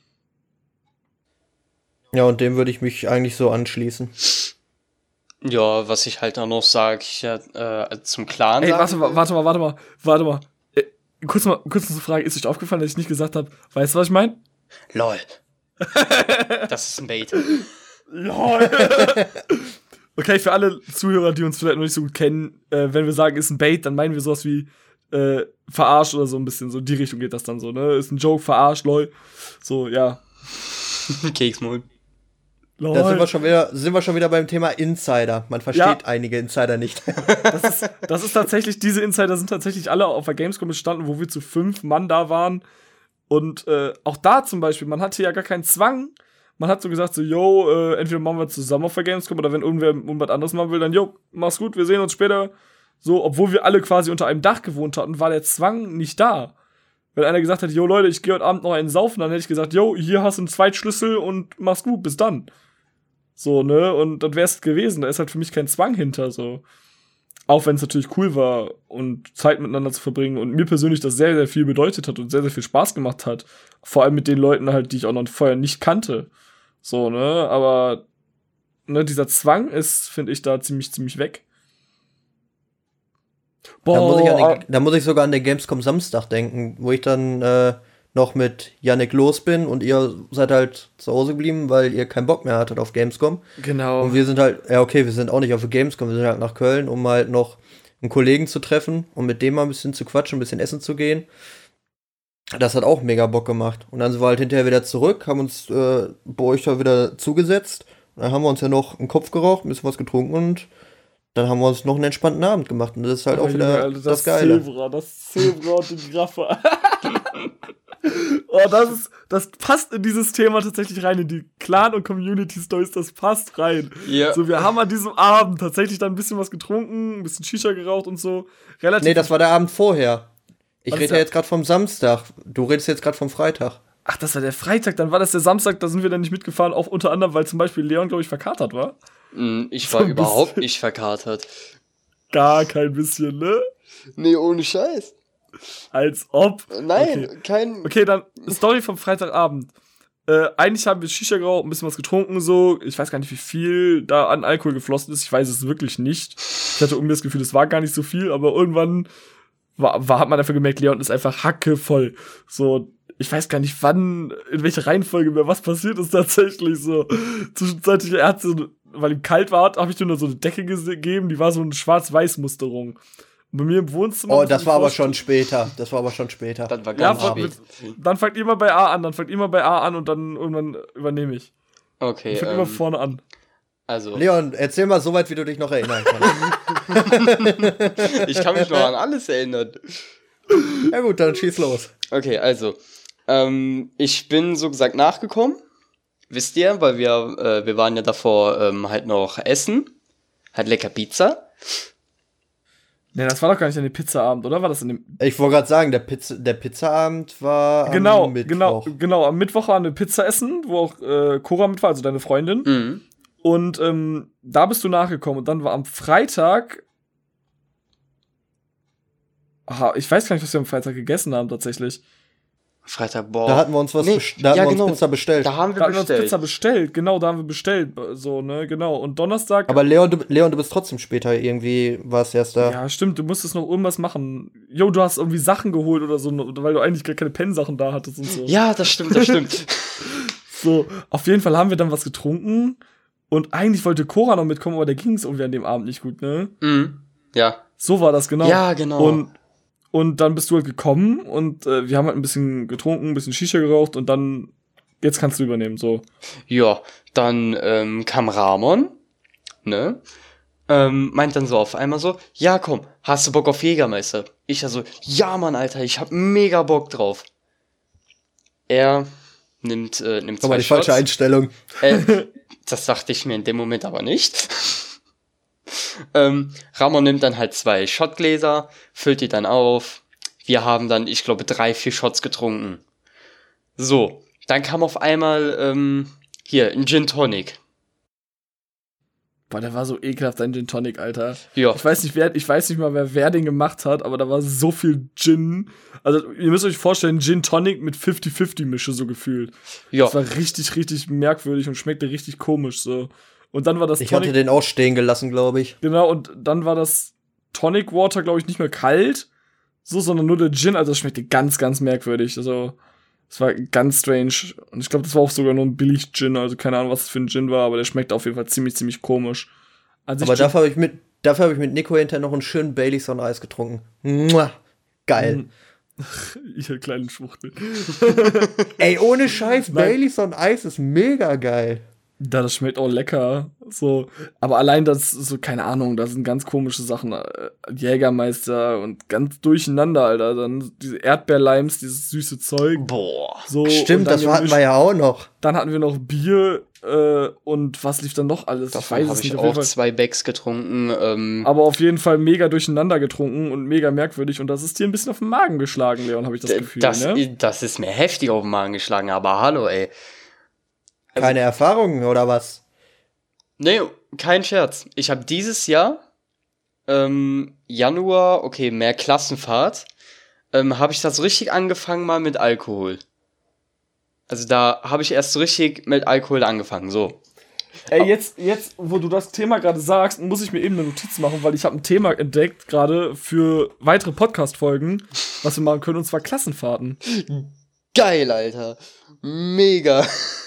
Ja, und dem würde ich mich eigentlich so anschließen. Ja, was ich halt auch noch sage, zum Clan Ey, sagen warte mal. Kurz eine Frage, ist euch aufgefallen, dass ich nicht gesagt habe, weißt du, was ich meine? LOL. Das ist ein Bait. LOL. Okay, für alle Zuhörer, die uns vielleicht noch nicht so gut kennen, wenn wir sagen, ist ein Bait, dann meinen wir sowas wie verarscht oder so ein bisschen. So in die Richtung geht das dann so, ne? Ist ein Joke, verarscht, lol. So, ja. Keksmund. Lol. Da sind wir schon wieder beim Thema Insider. Man versteht einige Insider nicht. Das ist tatsächlich, diese Insider sind tatsächlich alle auf der Gamescom entstanden, wo wir zu 5 Mann da waren. Und auch da zum Beispiel, man hatte ja gar keinen Zwang. Man hat so gesagt, so, yo, entweder machen wir zusammen auf der Gamescom oder wenn irgendwer irgendwas anderes machen will, dann, yo, mach's gut, wir sehen uns später. So, obwohl wir alle quasi unter einem Dach gewohnt hatten, war der Zwang nicht da. Wenn einer gesagt hätte, yo, Leute, ich gehe heute Abend noch einen saufen, dann hätte ich gesagt, yo, hier hast du einen Zweitschlüssel und mach's gut, bis dann. So, ne, und dann wär's gewesen. Da ist halt für mich kein Zwang hinter, so. Auch wenn es natürlich cool war und Zeit miteinander zu verbringen und mir persönlich das sehr, sehr viel bedeutet hat und sehr, sehr viel Spaß gemacht hat. Vor allem mit den Leuten halt, die ich auch noch vorher nicht kannte. So, ne, aber ne, dieser Zwang ist, finde ich, da ziemlich weg. Boah. Da muss ich sogar an den Gamescom Samstag denken, wo ich dann noch mit Yannick los bin und ihr seid halt zu Hause geblieben, weil ihr keinen Bock mehr hattet auf Gamescom. Genau. Und wir sind halt, ja okay, wir sind auch nicht auf der Gamescom, wir sind halt nach Köln, um halt noch einen Kollegen zu treffen und mit dem mal ein bisschen zu quatschen, ein bisschen essen zu gehen. Das hat auch mega Bock gemacht. Und dann sind wir halt hinterher wieder zurück, haben uns bei euch da wieder zugesetzt. Und dann haben wir uns ja noch einen Kopf geraucht, ein bisschen was getrunken und dann haben wir uns noch einen entspannten Abend gemacht. Und das ist halt auch wieder Alter, das Geile. Das Zebra und die Giraffe. Oh, das passt in dieses Thema tatsächlich rein, in die Clan- und Community-Stories, das passt rein. Ja. So, wir haben an diesem Abend tatsächlich dann ein bisschen was getrunken, ein bisschen Shisha geraucht und so. Nee, das war der Abend vorher. Ich Was rede ist ja das? jetzt gerade vom Samstag. Du redest jetzt gerade vom Freitag. Ach, das war der Freitag, dann war das der Samstag, da sind wir dann nicht mitgefahren, auch unter anderem, weil zum Beispiel Leon, glaube ich, verkatert war. Ich So war ein überhaupt bisschen. nicht verkatert. Gar kein bisschen, ne? Nee, ohne Scheiß. Als ob. Nein, Okay. kein... Okay, dann Story vom Freitagabend. Eigentlich haben wir Shisha geraucht, ein bisschen was getrunken, so. Ich weiß gar nicht, wie viel da an Alkohol geflossen ist. Ich weiß es wirklich nicht. Ich hatte irgendwie das Gefühl, es war gar nicht so viel, aber irgendwann hat man einfach gemerkt, Leon ist einfach hackevoll. So, ich weiß gar nicht, wann, in welcher Reihenfolge mir was passiert ist tatsächlich so. Zwischenzeitlich, er hat so, weil ihm kalt war, habe ich ihm nur so eine Decke gegeben, die war so eine Schwarz-Weiß-Musterung. Und bei mir im Wohnzimmer. Oh, das war aber schon später. Das war aber schon später. Das war Ja, ganz spät. dann fangt ihr mal bei A an, und dann irgendwann übernehme ich. Okay, Ich fange immer vorne an. also, Leon, erzähl mal so weit, wie du dich noch erinnern kannst. ich kann mich noch an alles erinnern. Ja gut, dann schieß los. Okay, also, ich bin so gesagt nachgekommen, wisst ihr, weil wir waren ja davor halt noch essen, halt lecker Pizza. Ne, das war doch gar nicht an dem Pizzaabend, oder? War das an dem. Ich wollte gerade sagen, der Pizzaabend war am Mittwoch. Genau. Am Mittwoch waren wir Pizza essen, wo auch Cora mit war, also deine Freundin. Mhm. Und da bist du nachgekommen. Und dann war am Freitag. Aha, ich weiß gar nicht, was wir am Freitag gegessen haben, tatsächlich. Freitag, boah. Da hatten wir uns Pizza bestellt. Da haben wir Da haben wir uns Pizza bestellt, genau, da haben wir bestellt, so, ne, genau. Und Donnerstag. Aber Leon, du bist trotzdem später irgendwie, warst erst da. Ja, stimmt, du musstest noch irgendwas machen. Jo, du hast irgendwie Sachen geholt oder so, weil du eigentlich gar keine Pennsachen da hattest und so. Ja, das stimmt. So, auf jeden Fall haben wir dann was getrunken und eigentlich wollte Cora noch mitkommen, aber der ging es irgendwie an dem Abend nicht gut, ne? Mhm. Ja. So war das, genau. Ja, genau. Und dann bist du halt gekommen und wir haben halt ein bisschen getrunken, ein bisschen Shisha geraucht und dann, jetzt kannst du übernehmen, so. Ja, dann kam Ramon, ne? Meint dann so auf einmal so, ja komm, hast du Bock auf Jägermeister? Ich also, ja Mann, Alter, ich hab mega Bock drauf. Er nimmt zwei Die Shots. falsche Einstellung. Das dachte ich mir in dem Moment aber nicht. Ramon nimmt dann halt 2 Shotgläser, füllt die dann auf. Wir haben dann, ich glaube, 3-4 Shots getrunken. So, dann kam auf einmal hier ein Gin Tonic. Boah, der war so ekelhaft, dein Gin Tonic, Alter. Ja. Ich weiß nicht mal, wer den gemacht hat, aber da war so viel Gin. Also, ihr müsst euch vorstellen, Gin Tonic mit 50-50-Mische so gefühlt. Ja. Das war richtig, richtig merkwürdig und schmeckte richtig komisch, so. Und dann war das Ich hatte den auch stehen gelassen, glaube ich. Genau, und dann war das Tonic Water, glaube ich, nicht mehr kalt, so, sondern nur der Gin, also es schmeckte ganz, ganz merkwürdig. Also, es war ganz strange. Und ich glaube, das war auch sogar nur ein Billig-Gin, also keine Ahnung, was das für ein Gin war, aber der schmeckte auf jeden Fall ziemlich, ziemlich komisch. Aber dafür habe ich mit Nico hinterher noch einen schönen Baileys on Eis getrunken. Mua, geil. Ich halt kleinen Schwuchtel. Ey, ohne Scheiß, Baileys on Eis ist mega geil. Ja, das schmeckt auch lecker. So, aber allein das, so, keine Ahnung, da sind ganz komische Sachen. Jägermeister und ganz durcheinander, Alter. Dann diese Erdbeerlimes, dieses süße Zeug. Boah. So, Stimmt, das hatten wir ja auch noch. Dann hatten wir noch Bier und was lief dann noch alles? Davon habe ich auch 2 Becks getrunken. Aber auf jeden Fall mega durcheinander getrunken und mega merkwürdig. Und das ist dir ein bisschen auf den Magen geschlagen, Leon, habe ich das Gefühl. Das ist mir heftig auf den Magen geschlagen, aber hallo, ey. Also, keine Erfahrungen oder was? Nee, kein Scherz. Ich habe dieses Jahr, Januar, okay, mehr Klassenfahrt, habe ich das richtig angefangen mal mit Alkohol. Also da habe ich erst so richtig mit Alkohol angefangen, so. Ey, jetzt, wo du das Thema gerade sagst, muss ich mir eben eine Notiz machen, weil ich habe ein Thema entdeckt, gerade für weitere Podcast-Folgen, was wir machen können, und zwar Klassenfahrten. Geil, Alter. Mega.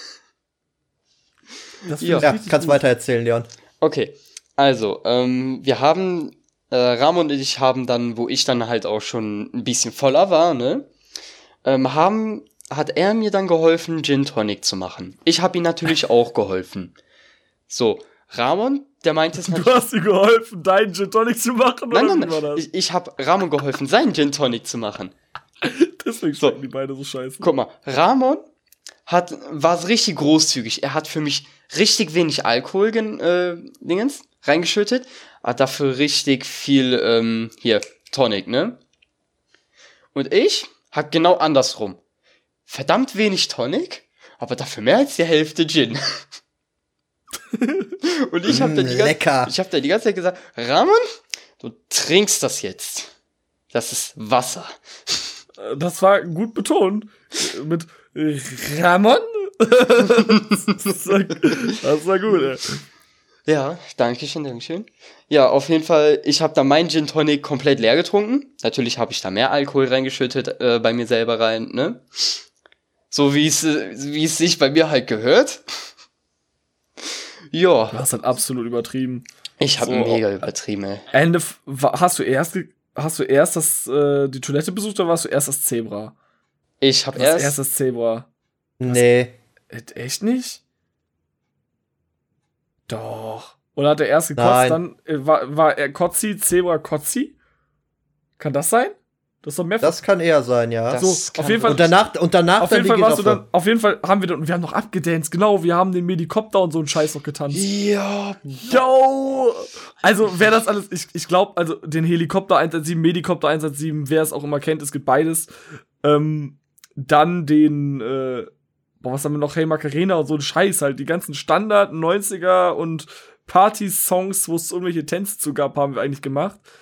Ja, kannst weiter erzählen, Leon. Okay, also, wir haben, Ramon und ich haben dann, wo ich dann halt auch schon ein bisschen voller war, ne, hat er mir dann geholfen, Gin Tonic zu machen. Ich habe ihm natürlich auch geholfen. So, Ramon, der meinte es natürlich... Du hast ihm geholfen, deinen Gin Tonic zu machen? Nein. Ich habe Ramon geholfen, seinen Gin Tonic zu machen. Deswegen schmecken die beide so scheiße. Guck mal, Ramon war richtig großzügig. Er hat für mich richtig wenig Alkohol reingeschüttet, hat dafür richtig viel Tonic, ne? Und ich hab genau andersrum. Verdammt wenig Tonic, aber dafür mehr als die Hälfte Gin. Und ich hab dann die ganze Zeit gesagt, Ramon, du trinkst das jetzt. Das ist Wasser. Das war gut betont. Mit Ramon? Das war gut, ey. Ja, dankeschön. Ja, auf jeden Fall, ich habe da meinen Gin Tonic komplett leer getrunken. Natürlich habe ich da mehr Alkohol reingeschüttet bei mir selber rein, ne? So wie es sich bei mir halt gehört. Ja. Du hast halt absolut übertrieben. Ich habe mega übertrieben, ey. Ende, hast du erst die Toilette besucht oder warst du erst das Zebra? Ich habe erst das Zebra. Nee. Echt nicht? Doch. Oder hat er erst gekotzt, Nein. dann war er Kotzi, Zebra Kotzi? Kann das sein? Das ist doch mehr. Das kann eher sein, ja. So, auf jeden Fall. Und danach auf jeden Fall warst du dann. Auf jeden Fall haben wir haben noch abgedanced, genau. Wir haben den Medikopter und so einen Scheiß noch getanzt. Ja. Yo! Also, wer das alles. Ich glaube, also den Helikopter 117, Medikopter 117, wer es auch immer kennt, es gibt beides. Dann den. Was haben wir noch? Hey Macarena und so ein Scheiß halt. Die ganzen Standard 90er und Party-Songs, wo es irgendwelche Tänze zu gab, haben wir eigentlich gemacht.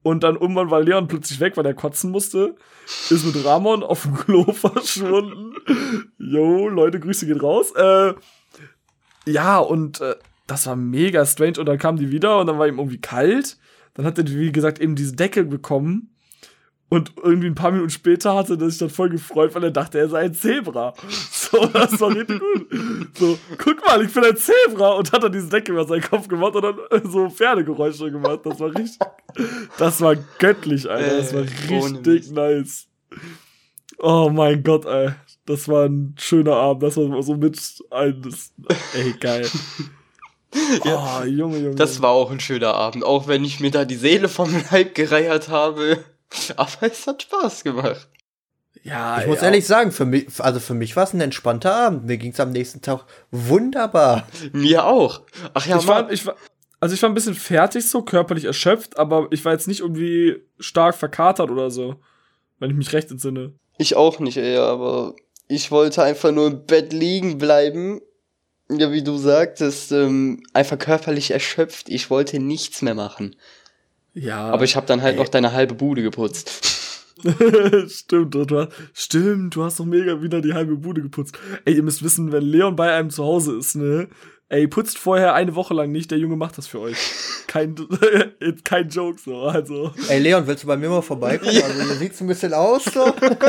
Und dann irgendwann war Leon plötzlich weg, weil er kotzen musste. Ist mit Ramon auf dem Klo verschwunden. Jo, Leute, Grüße geht raus. Ja, und das war mega strange. Und dann kamen die wieder und dann war ihm irgendwie kalt. Dann hat er, wie gesagt, eben diese Decke bekommen. Und irgendwie ein paar Minuten später hatte er sich dann voll gefreut, weil er dachte, er sei ein Zebra. So, das war richtig gut. So, guck mal, ich bin ein Zebra. Und hat dann diese Decke über seinen Kopf gemacht und dann so Pferdegeräusche gemacht. Das war göttlich, Alter. Das war richtig nice. Oh mein Gott, ey. Das war ein schöner Abend. Das war so mit eines. Ey, geil. Ja, oh, Junge. Das war auch ein schöner Abend. Auch wenn ich mir da die Seele vom Leib gereiert habe. Aber es hat Spaß gemacht. Ja, ich muss ehrlich sagen, für mich war es ein entspannter Abend. Mir ging es am nächsten Tag wunderbar. Mir auch. Ach ja, ich war ein bisschen fertig, so körperlich erschöpft, aber ich war jetzt nicht irgendwie stark verkatert oder so, wenn ich mich recht entsinne. Ich auch nicht, aber ich wollte einfach nur im Bett liegen bleiben. Ja, wie du sagtest, einfach körperlich erschöpft. Ich wollte nichts mehr machen. Ja. Aber ich habe dann halt noch deine halbe Bude geputzt. Stimmt, du hast doch mega wieder die halbe Bude geputzt. Ey, ihr müsst wissen, wenn Leon bei einem zu Hause ist, ne? Ey, putzt vorher eine Woche lang nicht, der Junge macht das für euch. Kein Joke so, also. Ey, Leon, willst du bei mir mal vorbeikommen? Ja. Also, hier sieht's ein bisschen aus, so.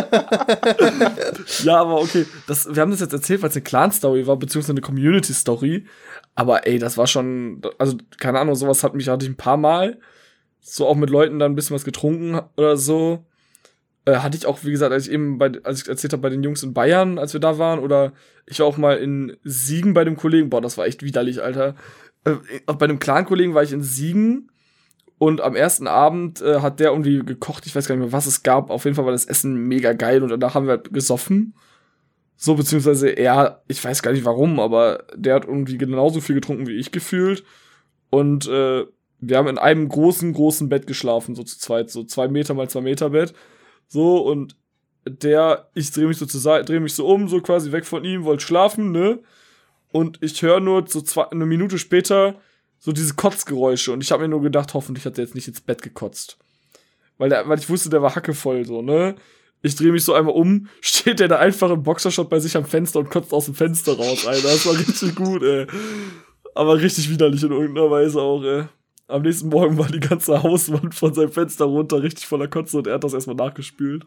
Ja, aber okay, wir haben das jetzt erzählt, weil es eine Clan-Story war, beziehungsweise eine Community-Story. Aber ey, das war schon, also, keine Ahnung, sowas hatte ich ein paar Mal. So auch mit Leuten dann ein bisschen was getrunken oder so. Hatte ich auch, wie gesagt, als ich erzählt habe, bei den Jungs in Bayern, als wir da waren, oder ich war auch mal in Siegen bei dem Kollegen. Boah, das war echt widerlich, Alter. Bei dem Clan-Kollegen war ich in Siegen und am ersten Abend hat der irgendwie gekocht. Ich weiß gar nicht mehr, was es gab. Auf jeden Fall war das Essen mega geil und danach haben wir halt gesoffen. So, beziehungsweise ich weiß gar nicht warum, aber der hat irgendwie genauso viel getrunken wie ich gefühlt. Und wir haben in einem großen Bett geschlafen, so zu zweit, so 2 Meter mal 2 Meter Bett. So, und ich drehe mich so zur Seite, drehe mich so um, so quasi weg von ihm, wollte schlafen, ne? Und ich höre nur so eine Minute später so diese Kotzgeräusche. Und ich habe mir nur gedacht, hoffentlich hat der jetzt nicht ins Bett gekotzt. Weil ich wusste, der war hackevoll, so, ne? Ich drehe mich so einmal um, steht der da einfach im Boxershot bei sich am Fenster und kotzt aus dem Fenster raus, Alter. Das war richtig gut, ey. Aber richtig widerlich in irgendeiner Weise auch, ey. Am nächsten Morgen war die ganze Hauswand von seinem Fenster runter richtig voller Kotze und er hat das erstmal nachgespült.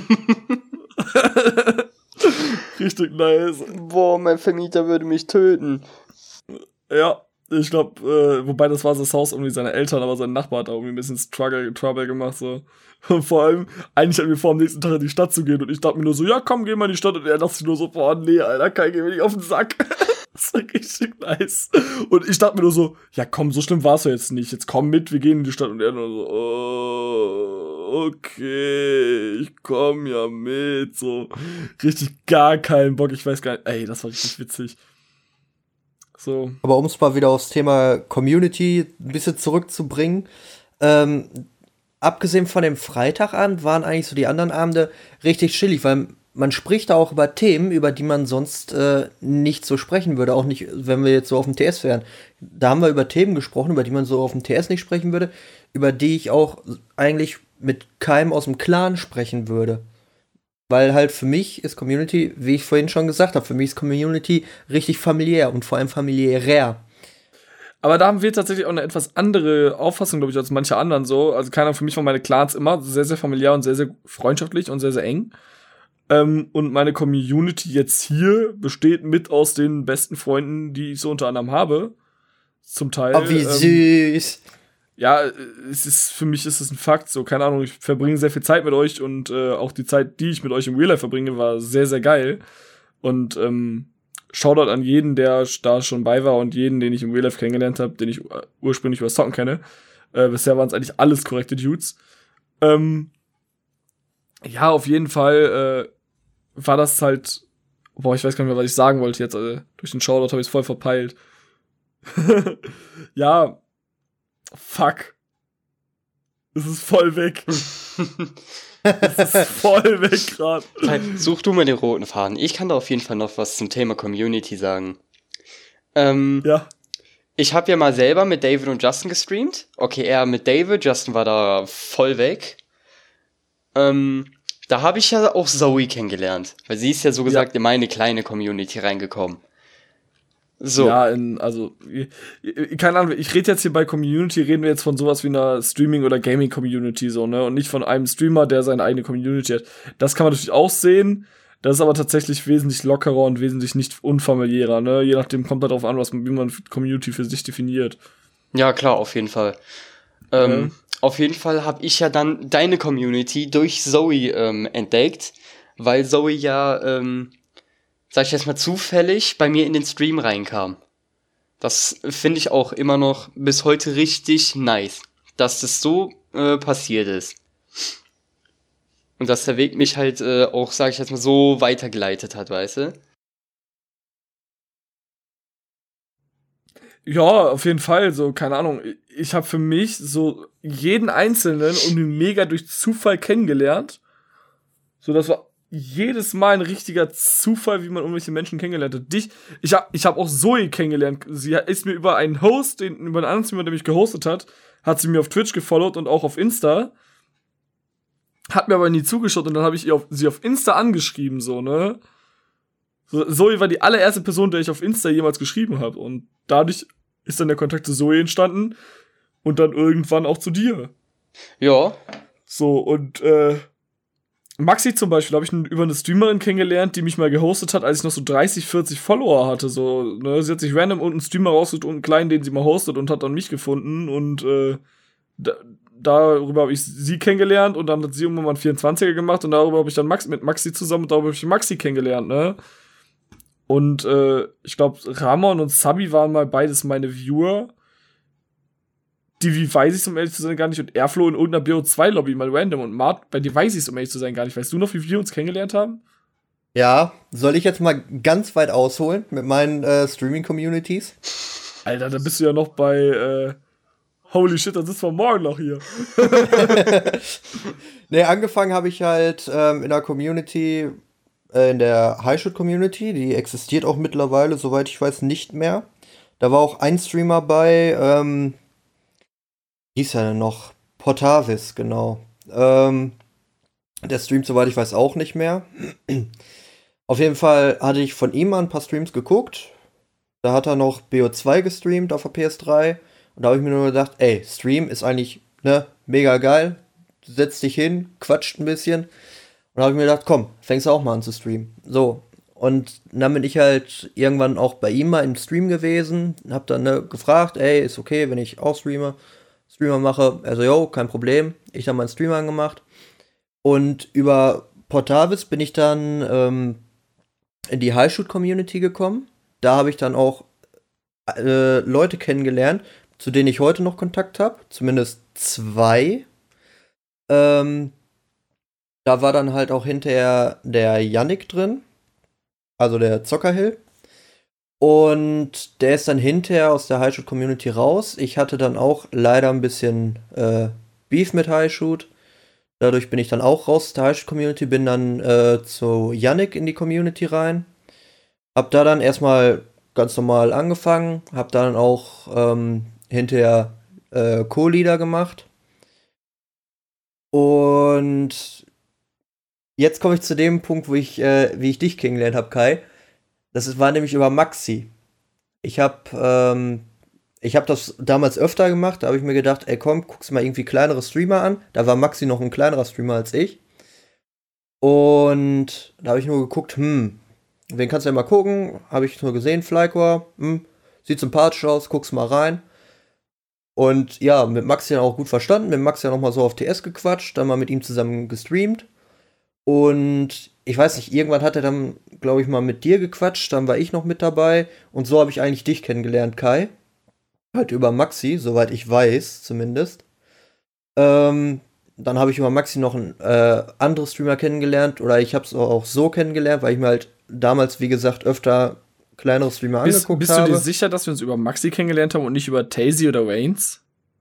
Richtig nice. Boah, mein Vermieter würde mich töten. Ja, ich glaube, wobei das war das Haus irgendwie seiner Eltern, aber sein Nachbar hat da irgendwie ein bisschen Trouble gemacht, so. Und vor allem, eigentlich hatten wir vor, am nächsten Tag in die Stadt zu gehen und ich dachte mir nur so, ja komm, geh mal in die Stadt und er dachte sich nur so, boah, nee, Alter, geh mir nicht auf den Sack. Das war richtig nice. Und ich dachte mir nur so, ja komm, so schlimm war es ja jetzt nicht. Jetzt komm mit, wir gehen in die Stadt. Und er nur so, oh, okay, ich komm ja mit. So, richtig gar keinen Bock. Ich weiß gar nicht, ey, das war richtig witzig. So. Aber um es mal wieder aufs Thema Community ein bisschen zurückzubringen, abgesehen von dem Freitagabend waren eigentlich so die anderen Abende richtig chillig, weil man spricht da auch über Themen, über die man sonst nicht so sprechen würde, auch nicht, wenn wir jetzt so auf dem TS wären. Da haben wir über Themen gesprochen, über die man so auf dem TS nicht sprechen würde, über die ich auch eigentlich mit keinem aus dem Clan sprechen würde. Weil halt für mich ist Community, wie ich vorhin schon gesagt habe, für mich ist Community richtig familiär und vor allem familiärer. Aber da haben wir tatsächlich auch eine etwas andere Auffassung, glaube ich, als manche anderen so. Also für mich waren meine Clans immer sehr, sehr familiär und sehr, sehr freundschaftlich und sehr, sehr eng. Und meine Community jetzt hier besteht mit aus den besten Freunden, die ich so unter anderem habe. Zum Teil. Oh, wie süß. Ja, für mich ist es ein Fakt. So, keine Ahnung, ich verbringe sehr viel Zeit mit euch und auch die Zeit, die ich mit euch im Real Life verbringe, war sehr, sehr geil. Und Shoutout an jeden, der da schon bei war und jeden, den ich im Real Life kennengelernt habe, den ich ursprünglich über Zocken kenne. Bisher waren es eigentlich alles korrekte Dudes. Ja, auf jeden Fall war das halt, ich weiß gar nicht mehr, was ich sagen wollte jetzt. Durch den Shoutout habe ich es voll verpeilt. Ja, fuck. Es ist voll weg. Es ist voll weg gerade. Such du mal den roten Faden. Ich kann da auf jeden Fall noch was zum Thema Community sagen. Ja. Ich habe ja mal selber mit David und Justin gestreamt. Okay, eher mit David, Justin war da voll weg. Da habe ich ja auch Zoe kennengelernt, weil sie ist ja so gesagt in meine kleine Community reingekommen. So. Ja, keine Ahnung, ich rede jetzt hier bei Community, reden wir jetzt von sowas wie einer Streaming- oder Gaming-Community, so, ne? Und nicht von einem Streamer, der seine eigene Community hat. Das kann man natürlich auch sehen, das ist aber tatsächlich wesentlich lockerer und wesentlich nicht unfamiliärer, ne? Je nachdem kommt darauf an, wie man Community für sich definiert. Ja, klar, auf jeden Fall. Auf jeden Fall habe ich ja dann deine Community durch Zoe entdeckt, weil Zoe ja, sag ich jetzt mal, zufällig bei mir in den Stream reinkam. Das finde ich auch immer noch bis heute richtig nice, dass das so passiert ist. Und dass der Weg mich halt auch, sag ich jetzt mal, so weitergeleitet hat, weißt du? Ja, auf jeden Fall, so, keine Ahnung. Ich habe für mich so jeden Einzelnen irgendwie mega durch Zufall kennengelernt. So, das war jedes Mal ein richtiger Zufall, wie man irgendwelche Menschen kennengelernt hat. Ich hab auch Zoe kennengelernt. Sie ist mir über einen Host, über einen anderen Streamer, der mich gehostet hat sie mir auf Twitch gefollowt und auch auf Insta. Hat mir aber nie zugeschaut und dann habe ich sie auf Insta angeschrieben, so, ne? So, Zoe war die allererste Person, der ich auf Insta jemals geschrieben habe. Und dadurch ist dann der Kontakt zu Zoe entstanden und dann irgendwann auch zu dir. Ja. So, und Maxi zum Beispiel habe ich über eine Streamerin kennengelernt, die mich mal gehostet hat, als ich noch so 30, 40 Follower hatte. So, ne? Sie hat sich random unten einen Streamer rausgesucht und einen kleinen, den sie mal hostet und hat dann mich gefunden. Und darüber habe ich sie kennengelernt und dann hat sie irgendwann mal einen 24er gemacht und darüber habe ich dann mit Maxi zusammen und darüber habe ich Maxi kennengelernt, ne? Und ich glaube, Ramon und Sabi waren mal beides meine Viewer. Die weiß ich, um ehrlich zu sein, gar nicht. Und Airflow in irgendeiner BO2-Lobby mal random. Und Mart, bei dir weiß ich es, um ehrlich zu sein, gar nicht. Weißt du noch, wie wir uns kennengelernt haben? Ja, soll ich jetzt mal ganz weit ausholen mit meinen Streaming-Communities? Alter, da bist du ja noch bei holy shit, dann sitzen wir morgen noch hier. Nee, angefangen habe ich halt in der Community, in der Highshoot-Community. Die existiert auch mittlerweile, soweit ich weiß, nicht mehr. Da war auch ein Streamer bei, hieß er denn noch? Portavis, genau. Der streamt, soweit ich weiß, auch nicht mehr. Auf jeden Fall hatte ich von ihm mal ein paar Streams geguckt. Da hat er noch BO2 gestreamt auf der PS3. Und da habe ich mir nur gedacht, ey, Stream ist eigentlich, ne, mega geil. Du setzt dich hin, quatscht ein bisschen. Und da habe ich mir gedacht, komm, fängst du auch mal an zu streamen. So. Und dann bin ich halt irgendwann auch bei ihm mal im Stream gewesen. Hab dann gefragt, ey, ist okay, wenn ich auch Streamer mache. Also, yo, kein Problem. Ich habe meinen Stream angemacht. Und über Portavis bin ich dann in die Highshoot-Community gekommen. Da habe ich dann auch Leute kennengelernt, zu denen ich heute noch Kontakt habe. Zumindest 2. Da war dann halt auch hinterher der Yannick drin. Also der Zockerhill. Und der ist dann hinterher aus der Highshoot-Community raus. Ich hatte dann auch leider ein bisschen Beef mit Highshoot. Dadurch bin ich dann auch raus aus der Highshoot-Community, bin dann zu Yannick in die Community rein. Hab da dann erstmal ganz normal angefangen. Hab dann auch hinterher Co-Leader gemacht. Und jetzt komme ich zu dem Punkt, wie ich dich kennengelernt habe, Kai. War nämlich über Maxi. Ich hab das damals öfter gemacht, da habe ich mir gedacht, ey komm, guck's mal irgendwie kleinere Streamer an. Da war Maxi noch ein kleinerer Streamer als ich. Und da habe ich nur geguckt, wen kannst du denn mal gucken? Habe ich nur gesehen, Flycore, sieht sympathisch aus, guck's mal rein. Und ja, mit Maxi dann auch gut verstanden, mit Maxi dann noch mal so auf TS gequatscht, dann mal mit ihm zusammen gestreamt. Und ich weiß nicht, irgendwann hat er dann, glaube ich, mal mit dir gequatscht, dann war ich noch mit dabei. Und so habe ich eigentlich dich kennengelernt, Kai. Halt über Maxi, soweit ich weiß, zumindest. Dann habe ich über Maxi noch ein andere Streamer kennengelernt. Oder ich habe es auch so kennengelernt, weil ich mir halt damals, wie gesagt, öfter kleinere Streamer angeguckt habe. Bist du dir sicher, dass wir uns über Maxi kennengelernt haben und nicht über Tazy oder Reigns?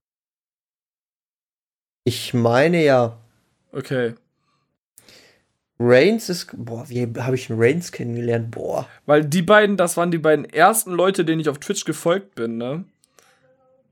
Ich meine ja. Okay. Reigns ist. Boah, wie habe ich Reigns kennengelernt? Boah. Weil das waren die beiden ersten Leute, denen ich auf Twitch gefolgt bin, ne?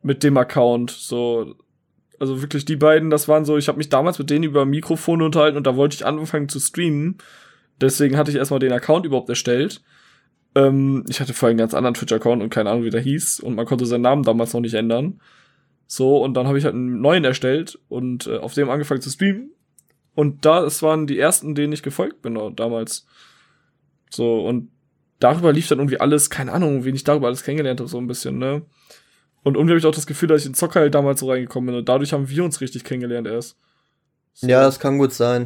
mit dem Account, so. Also wirklich die beiden, das waren so, ich habe mich damals mit denen über Mikrofone unterhalten und da wollte ich anfangen zu streamen. Deswegen hatte ich erstmal den Account überhaupt erstellt. Ich hatte vorher einen ganz anderen Twitch-Account und keine Ahnung, wie der hieß. Und man konnte seinen Namen damals noch nicht ändern. So, und dann habe ich halt einen neuen erstellt und auf dem angefangen zu streamen. Und das waren die ersten, denen ich gefolgt bin damals. So, und darüber lief dann irgendwie alles, keine Ahnung, wen ich darüber alles kennengelernt habe, so ein bisschen, ne? Und irgendwie habe ich auch das Gefühl, dass ich in Zocker halt damals so reingekommen bin und dadurch haben wir uns richtig kennengelernt erst. So. Ja, das kann gut sein.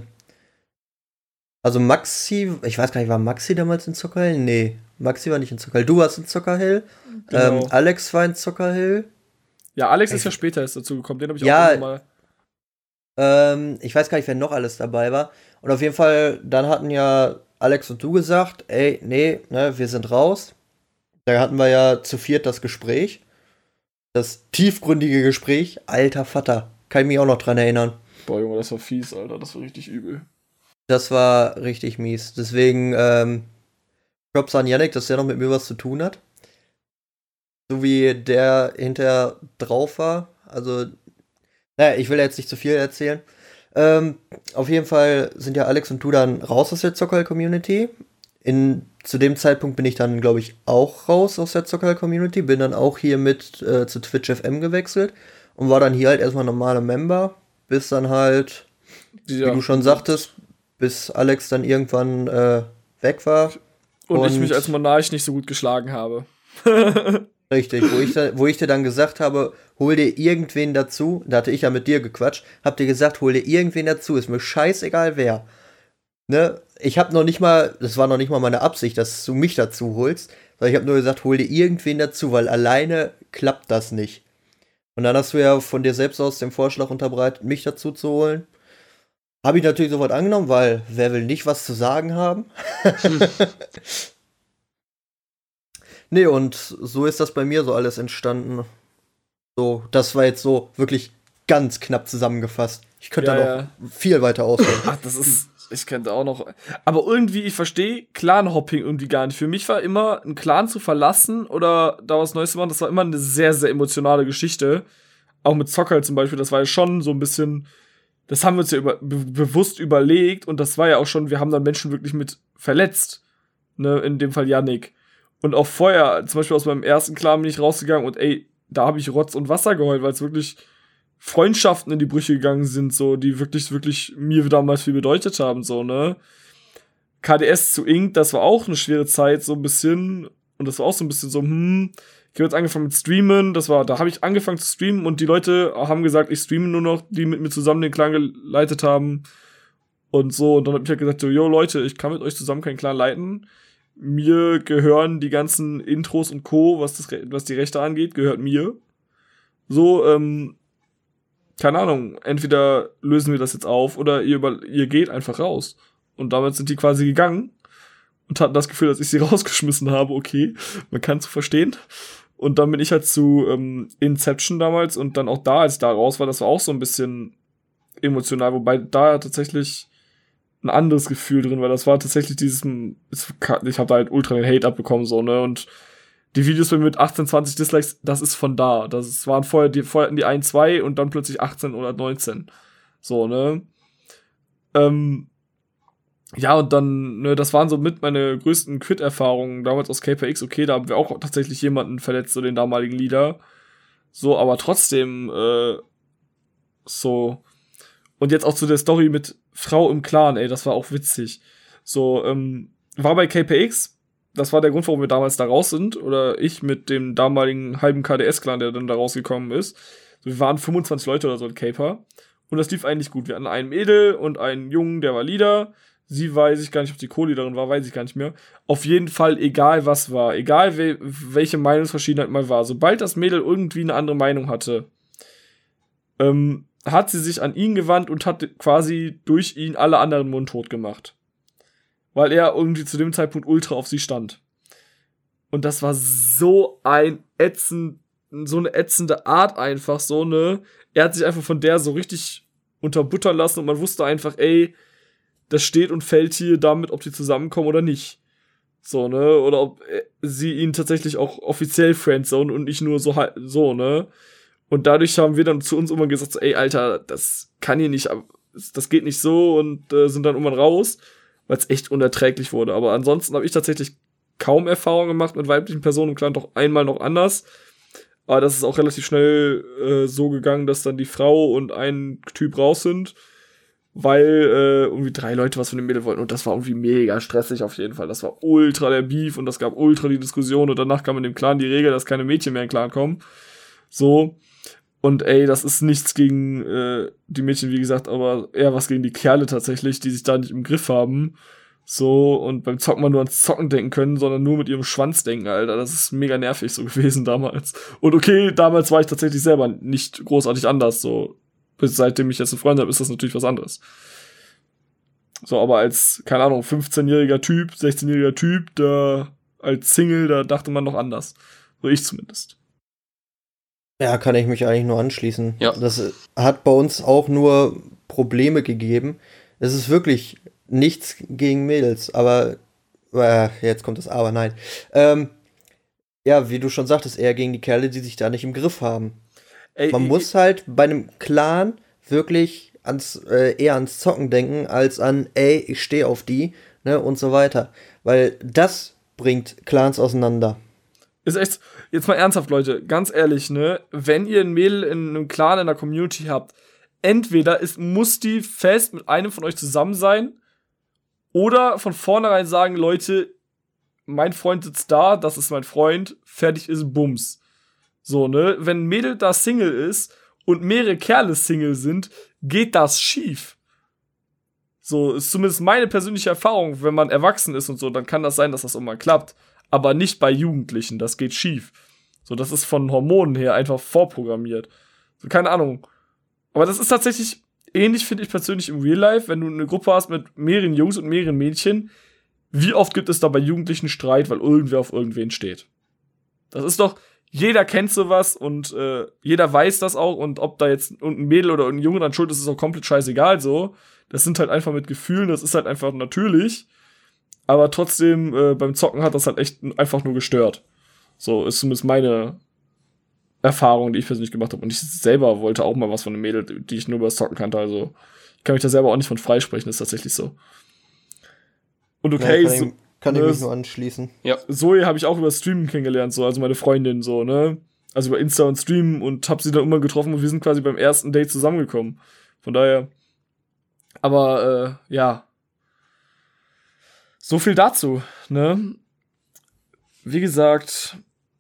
Also Maxi, ich weiß gar nicht, war Maxi damals in Zockerhell? Nee, Maxi war nicht in Zockerhell. Du warst in Zockerhell. Genau. Alex war in Zockerhell. Ja, Alex ist ja später erst dazu gekommen, den habe ich Ja, auch nochmal. Ich weiß gar nicht, wer noch alles dabei war. Und auf jeden Fall, dann hatten ja Alex und du gesagt, ey, nee, ne, wir sind raus. Da hatten wir ja zu viert das Gespräch. Das tiefgründige Gespräch. Alter Vater. Kann ich mich auch noch dran erinnern. Boah, Junge, das war fies, Alter, das war richtig übel. Das war richtig mies. Deswegen, Props an Yannick, dass der noch mit mir was zu tun hat. So wie der hinterher drauf war. Also, naja, ich will jetzt nicht zu viel erzählen. Auf jeden Fall sind ja Alex und du dann raus aus der Zockerl-Community. Zu dem Zeitpunkt bin ich dann, glaube ich, auch raus aus der Zockerl-Community. Bin dann auch hier mit zu Twitch FM gewechselt. Und war dann hier halt erstmal normaler Member. Bis dann halt, wie du schon sagtest, bis Alex dann irgendwann weg war. Und ich mich als Monarch nicht so gut geschlagen habe. Richtig, wo ich dir dann gesagt habe, hol dir irgendwen dazu, da hatte ich ja mit dir gequatscht, hab dir gesagt, hol dir irgendwen dazu, ist mir scheißegal wer. Ne? Ich hab noch nicht mal, das war noch nicht mal meine Absicht, dass du mich dazu holst, sondern ich hab nur gesagt, hol dir irgendwen dazu, weil alleine klappt das nicht. Und dann hast du ja von dir selbst aus den Vorschlag unterbreitet, mich dazu zu holen. Habe ich natürlich sofort angenommen, weil wer will nicht was zu sagen haben? Nee, und so ist das bei mir so alles entstanden. So, das war jetzt so wirklich ganz knapp zusammengefasst. Ich könnte da noch viel weiter ausholen. Ach, das ist, ich könnte auch noch. Aber irgendwie, ich verstehe Clan-Hopping irgendwie gar nicht. Für mich war immer, einen Clan zu verlassen oder da was Neues zu machen, das war immer eine sehr, sehr emotionale Geschichte. Auch mit Zockerl zum Beispiel, das war ja schon so ein bisschen, das haben wir uns ja bewusst überlegt und das war ja auch schon, wir haben dann Menschen wirklich mit verletzt. Ne, in dem Fall Yannick. Und auch vorher, zum Beispiel aus meinem ersten Clan bin ich rausgegangen und ey, da habe ich Rotz und Wasser geheult, weil es wirklich Freundschaften in die Brüche gegangen sind, so, die wirklich, wirklich mir damals viel bedeutet haben, so, ne. KDS zu Inc., das war auch eine schwere Zeit, so ein bisschen. Und das war auch so ein bisschen so, ich habe jetzt angefangen mit Streamen, da habe ich angefangen zu streamen und die Leute haben gesagt, ich streame nur noch, die mit mir zusammen den Clan geleitet haben. Und so, und dann habe ich halt gesagt, so, yo Leute, ich kann mit euch zusammen keinen Clan leiten. Mir gehören die ganzen Intros und Co., was die Rechte angeht, gehört mir. So, keine Ahnung, entweder lösen wir das jetzt auf oder ihr geht einfach raus. Und damit sind die quasi gegangen und hatten das Gefühl, dass ich sie rausgeschmissen habe. Okay, man kann es so verstehen. Und dann bin ich halt zu Inception damals und dann auch da, als ich da raus war, das war auch so ein bisschen emotional, wobei da tatsächlich ein anderes Gefühl drin, weil das war tatsächlich ich habe da halt ultra den Hate abbekommen, so, ne, und die Videos mit 18, 20 Dislikes, das ist von da, das waren vorher hatten die 1, 2 und dann plötzlich 18 oder 19, so, ne, ja, und dann, ne, das waren so mit meine größten Quit-Erfahrungen, damals aus KPX, okay, da haben wir auch tatsächlich jemanden verletzt, so den damaligen Leader, so, aber trotzdem, so, und jetzt auch zu der Story mit Frau im Clan, ey, das war auch witzig. So, war bei KPX, das war der Grund, warum wir damals da raus sind, oder ich mit dem damaligen halben KDS-Clan, der dann da rausgekommen ist. So, wir waren 25 Leute oder so in Caper. Und das lief eigentlich gut. Wir hatten einen Mädel und einen Jungen, der war Leader. Sie weiß ich gar nicht, ob sie Co-Leaderin war, weiß ich gar nicht mehr. Auf jeden Fall, egal was war, egal welche Meinungsverschiedenheit mal war, sobald das Mädel irgendwie eine andere Meinung hatte, hat sie sich an ihn gewandt und hat quasi durch ihn alle anderen mundtot gemacht. Weil er irgendwie zu dem Zeitpunkt ultra auf sie stand. Und das war so eine ätzende Art einfach, so, ne. Er hat sich einfach von der so richtig unterbuttern lassen und man wusste einfach, ey, das steht und fällt hier damit, ob die zusammenkommen oder nicht. So, ne, oder ob sie ihn tatsächlich auch offiziell friendzone und nicht nur so, ne. Und dadurch haben wir dann zu uns immer gesagt, so, ey, Alter, das kann hier nicht, das geht nicht so und sind dann irgendwann raus, weil es echt unerträglich wurde. Aber ansonsten habe ich tatsächlich kaum Erfahrung gemacht mit weiblichen Personen im Clan, doch einmal noch anders. Aber das ist auch relativ schnell so gegangen, dass dann die Frau und ein Typ raus sind, weil irgendwie 3 Leute was von dem Mädel wollten. Und das war irgendwie mega stressig auf jeden Fall. Das war ultra der Beef und das gab ultra die Diskussion. Und danach kam in dem Clan die Regel, dass keine Mädchen mehr in den Clan kommen. So. Und ey, das ist nichts gegen die Mädchen, wie gesagt, aber eher was gegen die Kerle tatsächlich, die sich da nicht im Griff haben. So, und beim Zocken mal nur ans Zocken denken können, sondern nur mit ihrem Schwanz denken, Alter. Das ist mega nervig so gewesen damals. Und okay, damals war ich tatsächlich selber nicht großartig anders. So, bis seitdem ich jetzt einen Freund habe, ist das natürlich was anderes. So, aber als, keine Ahnung, 15-jähriger Typ, 16-jähriger Typ, da als Single, da dachte man noch anders. So ich zumindest. Ja, kann ich mich eigentlich nur anschließen. Ja. Das hat bei uns auch nur Probleme gegeben. Es ist wirklich nichts gegen Mädels, aber jetzt kommt das Aber, nein. Ja, wie du schon sagtest, eher gegen die Kerle, die sich da nicht im Griff haben. Ey, Man muss halt bei einem Clan wirklich eher ans Zocken denken, als an, ey, ich stehe auf die, ne, und so weiter. Weil das bringt Clans auseinander. Ist echt, jetzt mal ernsthaft, Leute, ganz ehrlich, ne, wenn ihr ein Mädel in einem Clan, in einer Community habt, entweder muss die fest mit einem von euch zusammen sein, oder von vornherein sagen, Leute, mein Freund sitzt da, das ist mein Freund, fertig ist Bums. So, ne, wenn ein Mädel da Single ist und mehrere Kerle Single sind, geht das schief. So, ist zumindest meine persönliche Erfahrung, wenn man erwachsen ist und so, dann kann das sein, dass das auch mal klappt. Aber nicht bei Jugendlichen, das geht schief. So, das ist von Hormonen her einfach vorprogrammiert. So, keine Ahnung. Aber das ist tatsächlich ähnlich, finde ich persönlich im Real Life, wenn du eine Gruppe hast mit mehreren Jungs und mehreren Mädchen. Wie oft gibt es da bei Jugendlichen Streit, weil irgendwer auf irgendwen steht? Das ist doch, jeder kennt sowas und jeder weiß das auch. Und ob da jetzt ein Mädel oder ein Junge dann schuld ist, ist auch komplett scheißegal so. Das sind halt einfach mit Gefühlen, das ist halt einfach natürlich. Aber trotzdem, beim Zocken hat das halt echt einfach nur gestört. So ist zumindest meine Erfahrung, die ich persönlich gemacht habe. Und ich selber wollte auch mal was von einem Mädel, die ich nur über das Zocken kannte. Also ich kann mich da selber auch nicht von freisprechen, ist tatsächlich so. Und okay, Ja, kann ich mich nur anschließen. Ja. Zoe habe ich auch über Streamen kennengelernt, so, also meine Freundin, so, ne? Also über Insta und Streamen und hab sie dann immer getroffen und wir sind quasi beim ersten Date zusammengekommen. Von daher. Aber, ja. So viel dazu, ne? Wie gesagt,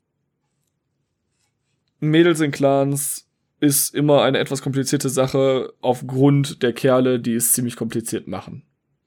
Mädels in Clans ist immer eine etwas komplizierte Sache aufgrund der Kerle, die es ziemlich kompliziert machen.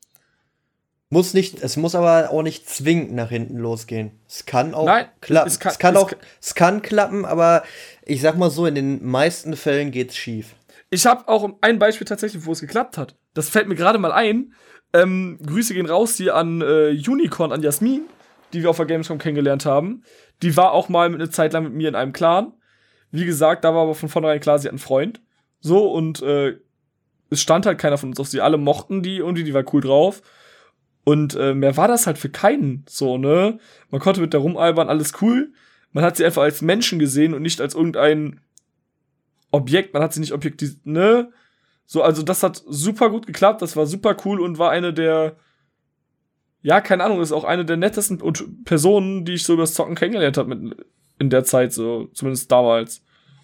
Es muss aber auch nicht zwingend nach hinten losgehen. Es kann auch klappen. Es kann klappen, aber ich sag mal so, in den meisten Fällen geht's schief. Ich habe auch ein Beispiel tatsächlich, wo es geklappt hat. Das fällt mir gerade mal ein. Grüße gehen raus hier an Unicorn, an Jasmin, die wir auf der Gamescom kennengelernt haben. Die war auch mal eine Zeit lang mit mir in einem Clan. Wie gesagt, da war aber von vornherein klar, sie hat einen Freund. So, und es stand halt keiner von uns auf sie. Alle mochten die und die war cool drauf. Und mehr war das halt für keinen, so, ne? Man konnte mit der rumalbern, alles cool. Man hat sie einfach als Menschen gesehen und nicht als irgendein Objekt. Man hat sie nicht objektiv, ne? So, also das hat super gut geklappt, das war super cool und war eine der, ja, keine Ahnung, ist auch eine der nettesten Personen, die ich so übers Zocken kennengelernt habe in der Zeit, so, zumindest damals.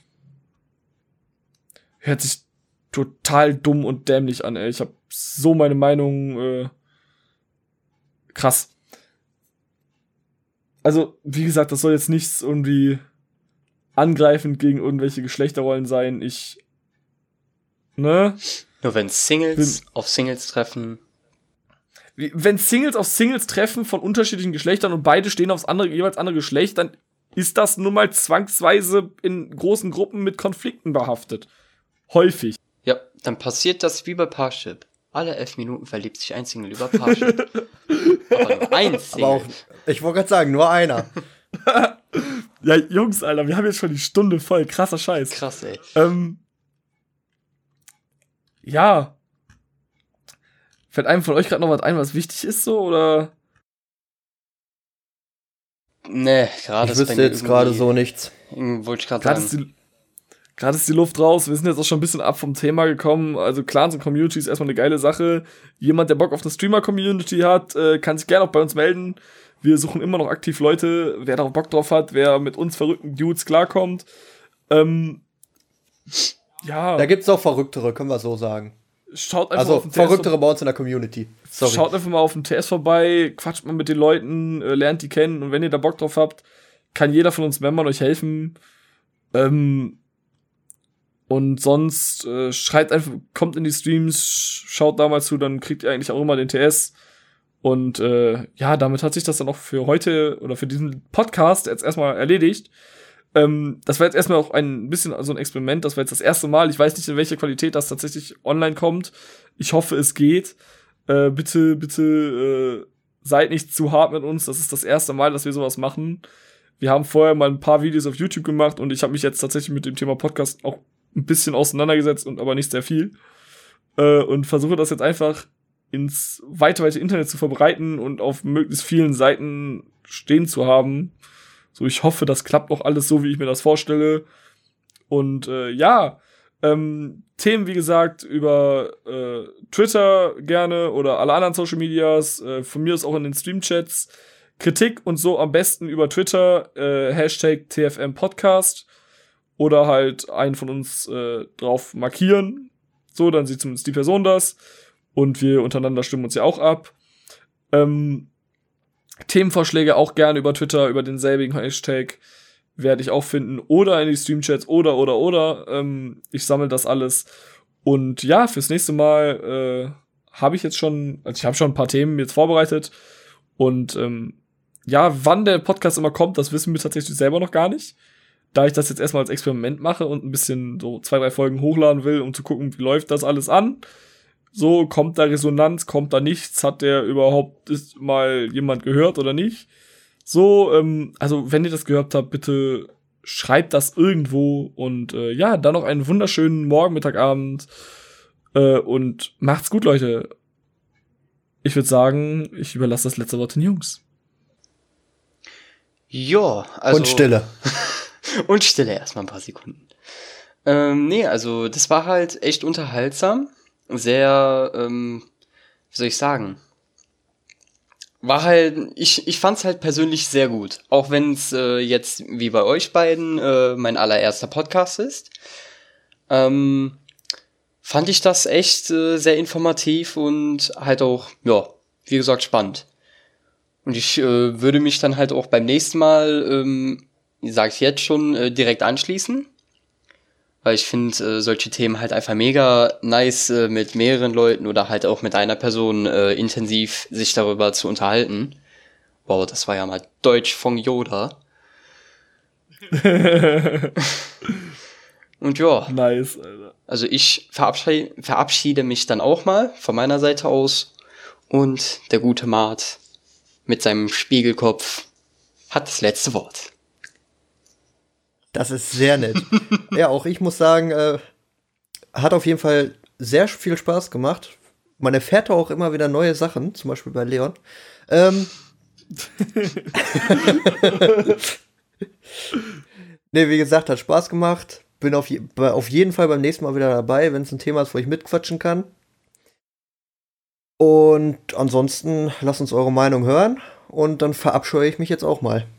Hört sich total dumm und dämlich an, ey. Ich hab so meine Meinung, krass. Also, wie gesagt, das soll jetzt nichts irgendwie angreifend gegen irgendwelche Geschlechterrollen sein. Ne? Nur wenn Singles auf Singles treffen. Wenn Singles auf Singles treffen von unterschiedlichen Geschlechtern und beide stehen aufs jeweils andere Geschlecht, dann ist das nun mal zwangsweise in großen Gruppen mit Konflikten behaftet. Häufig. Ja, dann passiert das wie bei Parship. Alle 11 Minuten verliebt sich ein Single über Parship. Aber nur ein Single. Aber auch, ich wollte gerade sagen, nur einer. Ja, Jungs, Alter, wir haben jetzt schon die Stunde voll. Krasser Scheiß. Krass, ey. Ja. Fällt einem von euch gerade noch was ein, was wichtig ist, so, oder? Nee, gerade ich wüsste jetzt gerade so nichts. Wollte ich gerade sagen. gerade ist die Luft raus. Wir sind jetzt auch schon ein bisschen ab vom Thema gekommen. Also Clans und Community ist erstmal eine geile Sache. Jemand, der Bock auf eine Streamer-Community hat, kann sich gerne auch bei uns melden. Wir suchen immer noch aktiv Leute, wer da Bock drauf hat, wer mit uns verrückten Dudes klarkommt. Ja. Da gibt's auch Verrücktere, können wir so sagen. Schaut einfach also auf den Verrücktere bei uns in der Community. Sorry. Schaut einfach mal auf dem TS vorbei, quatscht mal mit den Leuten, lernt die kennen und wenn ihr da Bock drauf habt, kann jeder von uns Membern euch helfen. Und sonst schreibt einfach, kommt in die Streams, schaut da mal zu, dann kriegt ihr eigentlich auch immer den TS. Und ja, damit hat sich das dann auch für heute oder für diesen Podcast jetzt erstmal erledigt. Das war jetzt erstmal auch ein bisschen so ein Experiment. Das war jetzt das erste Mal. Ich weiß nicht, in welcher Qualität das tatsächlich online kommt. Ich hoffe, es geht. Bitte seid nicht zu hart mit uns. Das ist das erste Mal, dass wir sowas machen. Wir haben vorher mal ein paar Videos auf YouTube gemacht und ich habe mich jetzt tatsächlich mit dem Thema Podcast auch ein bisschen auseinandergesetzt und aber nicht sehr viel. Und versuche das jetzt einfach ins weite Internet zu verbreiten und auf möglichst vielen Seiten stehen zu haben. So, ich hoffe, das klappt auch alles so, wie ich mir das vorstelle. Und ja, Themen, wie gesagt, über Twitter gerne oder alle anderen Social Medias, von mir aus auch in den Streamchats. Kritik und so am besten über Twitter, Hashtag TFM-Podcast oder halt einen von uns drauf markieren. So, dann sieht zumindest die Person das. Und wir untereinander stimmen uns ja auch ab. Themenvorschläge auch gerne über Twitter, über denselbigen Hashtag werde ich auch finden. Oder in die Streamchats oder. Ich sammle das alles. Und ja, fürs nächste Mal habe ich jetzt schon, also ich habe schon ein paar Themen jetzt vorbereitet. Und ja, wann der Podcast immer kommt, das wissen wir tatsächlich selber noch gar nicht. Da ich das jetzt erstmal als Experiment mache und ein bisschen so 2-3 Folgen hochladen will, um zu gucken, wie läuft das alles an. So, kommt da Resonanz, kommt da nichts, hat der überhaupt mal jemand gehört oder nicht? So, also wenn ihr das gehört habt, bitte schreibt das irgendwo und ja, dann noch einen wunderschönen Morgen, Mittag, Abend und macht's gut, Leute. Ich würde sagen, ich überlasse das letzte Wort den Jungs. Ja, also... Und Stille. Und Stille erstmal ein paar Sekunden. Nee, also das war halt echt unterhaltsam. Sehr, wie soll ich sagen, war halt, ich fand's halt persönlich sehr gut, auch wenn es jetzt wie bei euch beiden mein allererster Podcast ist, fand ich das echt sehr informativ und halt auch, ja, wie gesagt, spannend. Und ich würde mich dann halt auch beim nächsten Mal, sag ich jetzt schon, direkt anschließen. Weil ich finde solche Themen halt einfach mega nice, mit mehreren Leuten oder halt auch mit einer Person intensiv sich darüber zu unterhalten. Wow, das war ja mal Deutsch von Yoda. Und ja. Nice, Alter. Also ich verabschiede mich dann auch mal von meiner Seite aus. Und der gute Mart mit seinem Spiegelkopf hat das letzte Wort. Das ist sehr nett. Ja, auch ich muss sagen, hat auf jeden Fall sehr viel Spaß gemacht. Man erfährt auch immer wieder neue Sachen, zum Beispiel bei Leon. Nee, wie gesagt, hat Spaß gemacht. Bin auf jeden Fall beim nächsten Mal wieder dabei, wenn es ein Thema ist, wo ich mitquatschen kann. Und ansonsten lasst uns eure Meinung hören. Und dann verabscheue ich mich jetzt auch mal.